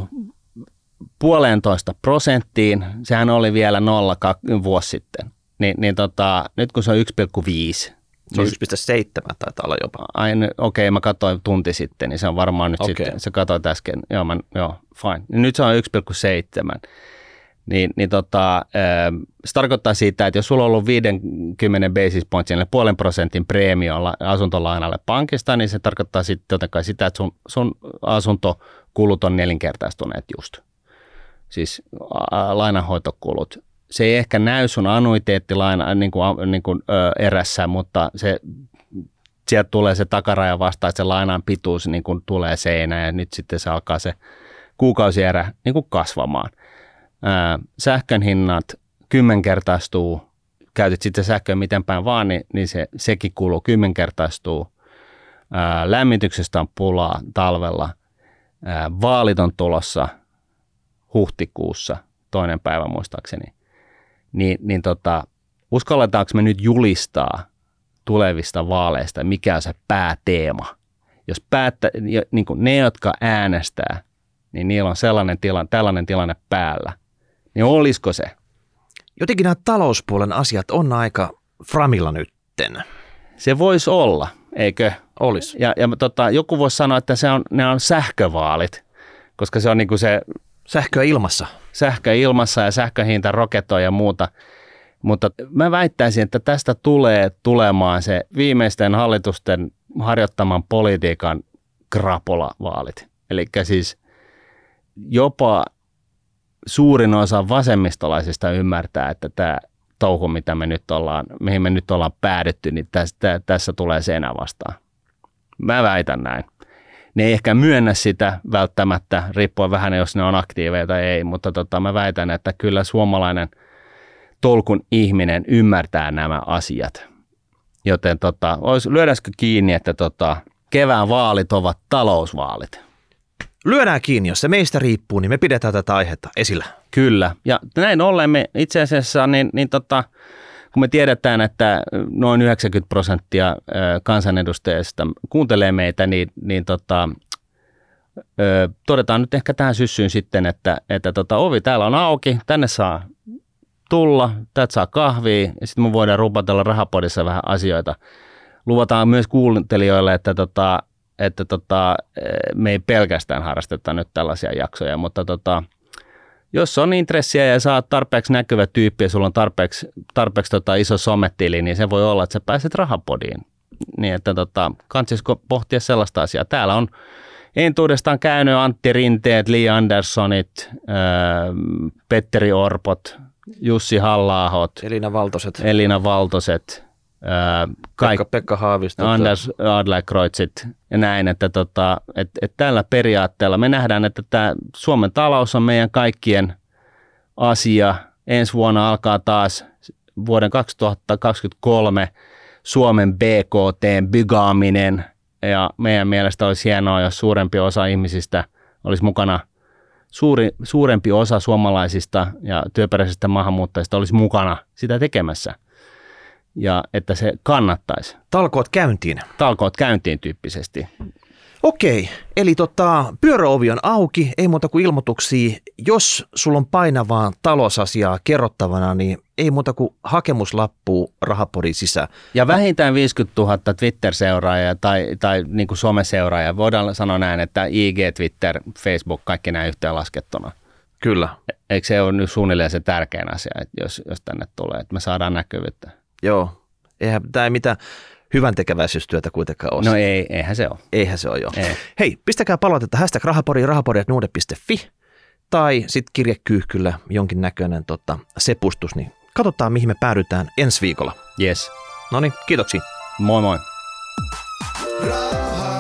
puolentoista prosenttiin, sehän oli vielä nolla vuosi sitten, niin, niin tota, nyt kun se on yksi pilkku viisi. Se on yksi pilkku seitsemän taitaa olla jopa. Okei, okay, mä katsoin tunti sitten, niin se on varmaan nyt okay. Sitten, se katsoit äsken, joo, mä, joo fine. Nyt se on yksi pilkku seitsemän. Niin, niin tota, se tarkoittaa siitä, että jos sulla on ollut viisikymmentä basis points, eli puolen prosentin preemiolla asuntolainalle pankista, niin se tarkoittaa sitten jotenkin sitä, että sun, sun asuntokulut on nelinkertaistuneet just. Siis a, lainanhoitokulut. Se ei ehkä näy sun annuiteettilaina niin kuin, niin kuin, ö, erässä, mutta se, sieltä tulee se takaraja vastaan, että se lainan pituus niin kuin tulee seinään ja nyt sitten se alkaa se kuukausierä niin kuin kasvamaan. Ää, sähkön hinnat kymmenkertaistuu, käytit sitten sähköä miten päin vaan, niin, niin se, sekin kuluu kymmenkertaistuu. Ää, lämmityksestä on pulaa talvella. Ää, vaalit on tulossa huhtikuussa, toinen päivä muistaakseni. Niin, niin tota, uskalletaanko me nyt julistaa tulevista vaaleista, mikä on se pääteema? Jos päättä, niin kuin ne, jotka äänestää, niin niillä on sellainen tilanne, tällainen tilanne päällä. Niin olisiko se? Jotenkin nämä talouspuolen asiat on aika framilla nytten. Se voisi olla, eikö? Olisi. Ja, ja tota, joku voisi sanoa, että se on, ne on sähkövaalit, koska se on niin kuin se sähköä ilmassa. Sähkö ilmassa ja sähköhinta roketoi ja muuta. Mutta mä väittäisin, että tästä tulee tulemaan se viimeisten hallitusten harjoittaman politiikan krapulavaalit. Eli siis jopa suurin osa vasemmistolaisista ymmärtää, että tämä touhu, mitä me nyt ollaan, mihin me nyt ollaan päädytty, niin tästä, tässä tulee seinä vastaan. Mä väitän näin. Ne ei ehkä myönnä sitä välttämättä, riippuen vähän, jos ne on aktiiveja tai ei, mutta tota, mä väitän, että kyllä suomalainen tolkun ihminen ymmärtää nämä asiat. Joten tota, olisi, lyödäisikö kiinni, että tota, kevään vaalit ovat talousvaalit? Lyödään kiinni, jos se meistä riippuu, niin me pidetään tätä aihetta esillä. Kyllä, ja näin ollen me itse asiassa, niin, niin tota, kun me tiedetään, että noin yhdeksänkymmentä prosenttia kansanedustajista kuuntelee meitä, niin, niin tota, ö, todetaan nyt ehkä tähän syssyyn sitten, että, että tota, ovi täällä on auki, tänne saa tulla, täältä saa kahvia ja sitten me voidaan rupatella Rahapodissa vähän asioita. Luvataan myös kuuntelijoille, että, tota, että tota, me ei pelkästään harrasteta nyt tällaisia jaksoja, mutta tota, jos on intressiä ja sä oot tarpeeksi näkyvä tyyppi ja sulla on tarpeeksi, tarpeeksi tota iso sometili, niin se voi olla, että sä pääset Rahapodiin. Niin että tota, kansisko pohtia sellaista asiaa. Täällä on entuudestaan käynyt Antti Rinteet, Li Anderssonit, äh, Petteri Orpot, Jussi Halla-ahot, Elina Valtoset, Elina Valtoset, äh, kaik- Pekka, Pekka Haavisto, Anders Adlercreutzit ja näin, että tota, et, et tällä periaatteella me nähdään, että tämä Suomen talous on meidän kaikkien asia. Ensi vuonna alkaa taas vuoden kaksituhattakaksikymmentäkolme Suomen B K T:n bygaaminen ja meidän mielestä olisi hienoa, jos suurempi osa ihmisistä olisi mukana, suuri, suurempi osa suomalaisista ja työperäisistä maahanmuuttajista olisi mukana sitä tekemässä. Ja että se kannattaisi. Talkoot käyntiin. Talkoot käyntiin tyyppisesti. Okei, eli tota, pyöräovi on auki, ei muuta kuin ilmoituksia. Jos sulla on painavaa talousasiaa kerrottavana, niin ei muuta kuin hakemuslappu Rahapodin sisään. Ja vähintään viisikymmentätuhatta Twitter-seuraajaa tai, tai niin kuin someseuraajaa. Voidaan sanoa näin, että I G, Twitter, Facebook, kaikki nämä yhteen laskettuna. Kyllä. Eikö se ole nyt suunnilleen se tärkein asia, että jos, jos tänne tulee, että me saadaan näkyvyyttä? Joo, eihän tämä ei mitään hyvän tekeväisyystyötä kuitenkaan ole. No ei, eihän se ole. Eihän se ole, joo. Ei. Hei, pistäkää palautetta hashtag rahapodi, rahapodi at nuude piste fi tai sitten kirjekyyhkyllä jonkinnäköinen tota, sepustus, niin katsotaan mihin me päädytään ensi viikolla. Yes. No niin, kiitoksia. Moi moi. Raha.